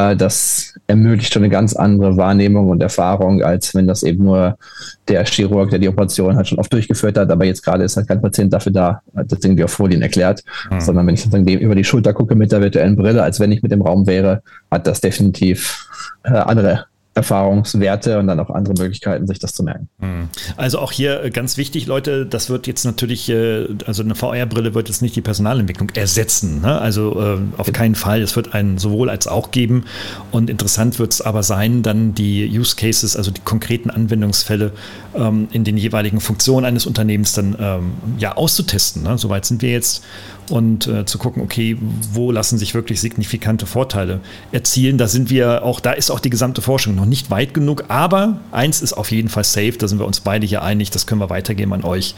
Das ermöglicht schon eine ganz andere Wahrnehmung und Erfahrung, als wenn das eben nur der Chirurg, der die Operation halt schon oft durchgeführt hat, aber jetzt gerade ist halt kein Patient dafür da, das irgendwie auf Folien erklärt, sondern wenn ich sozusagen dem über die Schulter gucke mit der virtuellen Brille, als wenn ich mit im Raum wäre, hat das definitiv andere Erfahrungswerte und dann auch andere Möglichkeiten, sich das zu merken. Also auch hier ganz wichtig, Leute, das wird jetzt natürlich, also eine VR-Brille wird jetzt nicht die Personalentwicklung ersetzen, ne? Also auf keinen Fall, es wird einen sowohl als auch geben und interessant wird es aber sein, dann die Use Cases, also die konkreten Anwendungsfälle in den jeweiligen Funktionen eines Unternehmens dann auszutesten, ne? Soweit sind wir jetzt und zu gucken, okay, wo lassen sich wirklich signifikante Vorteile erzielen. Da ist auch die gesamte Forschung noch nicht weit genug, aber eins ist auf jeden Fall safe, da sind wir uns beide hier einig, das können wir weitergeben an euch.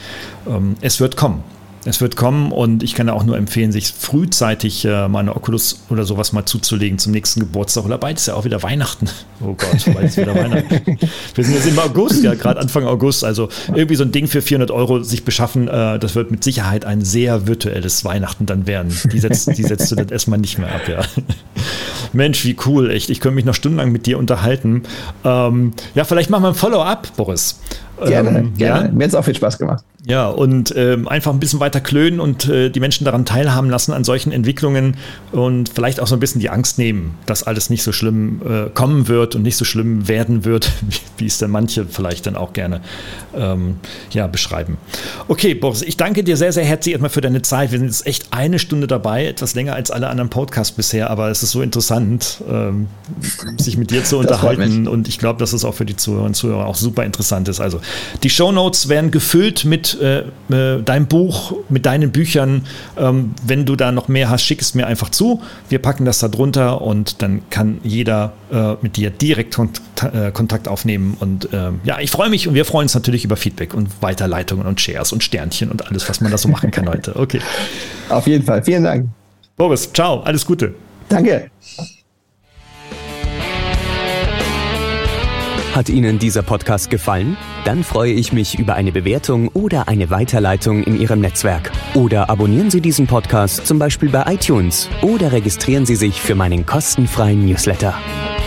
Es wird kommen. Es wird kommen und ich kann auch nur empfehlen, sich frühzeitig mal eine Oculus oder sowas mal zuzulegen zum nächsten Geburtstag oder bald ist ja auch wieder Weihnachten. Oh Gott, bald ist wieder Weihnachten. Wir sind jetzt im August, ja, gerade Anfang August, also irgendwie so ein Ding für 400 € sich beschaffen, das wird mit Sicherheit ein sehr virtuelles Weihnachten dann werden. Die setzt du dann erstmal nicht mehr ab, ja. Mensch, wie cool, echt. Ich könnte mich noch stundenlang mit dir unterhalten. Vielleicht machen wir ein Follow-up, Boris. Gerne. Mir hat es auch viel Spaß gemacht. Ja, und einfach ein bisschen weiter klönen und die Menschen daran teilhaben lassen an solchen Entwicklungen und vielleicht auch so ein bisschen die Angst nehmen, dass alles nicht so schlimm kommen wird und nicht so schlimm werden wird, wie es dann manche vielleicht dann auch gerne beschreiben. Okay, Boris, ich danke dir sehr, sehr herzlich erstmal für deine Zeit. Wir sind jetzt echt 1 Stunde dabei, etwas länger als alle anderen Podcasts bisher, aber es ist so interessant, sich mit dir zu unterhalten und ich glaube, dass es auch für die Zuhörer und Zuhörer auch super interessant ist. Also Die Shownotes werden gefüllt mit deinem Buch, mit deinen Büchern. Wenn du da noch mehr hast, schick es mir einfach zu. Wir packen das da drunter und dann kann jeder mit dir direkt Kontakt aufnehmen. Und ich freue mich und wir freuen uns natürlich über Feedback und Weiterleitungen und Shares und Sternchen und alles, was man da so machen kann heute. Okay. Auf jeden Fall. Vielen Dank. Boris, ciao. Alles Gute. Danke. Hat Ihnen dieser Podcast gefallen? Dann freue ich mich über eine Bewertung oder eine Weiterleitung in Ihrem Netzwerk. Oder abonnieren Sie diesen Podcast zum Beispiel bei iTunes oder registrieren Sie sich für meinen kostenfreien Newsletter.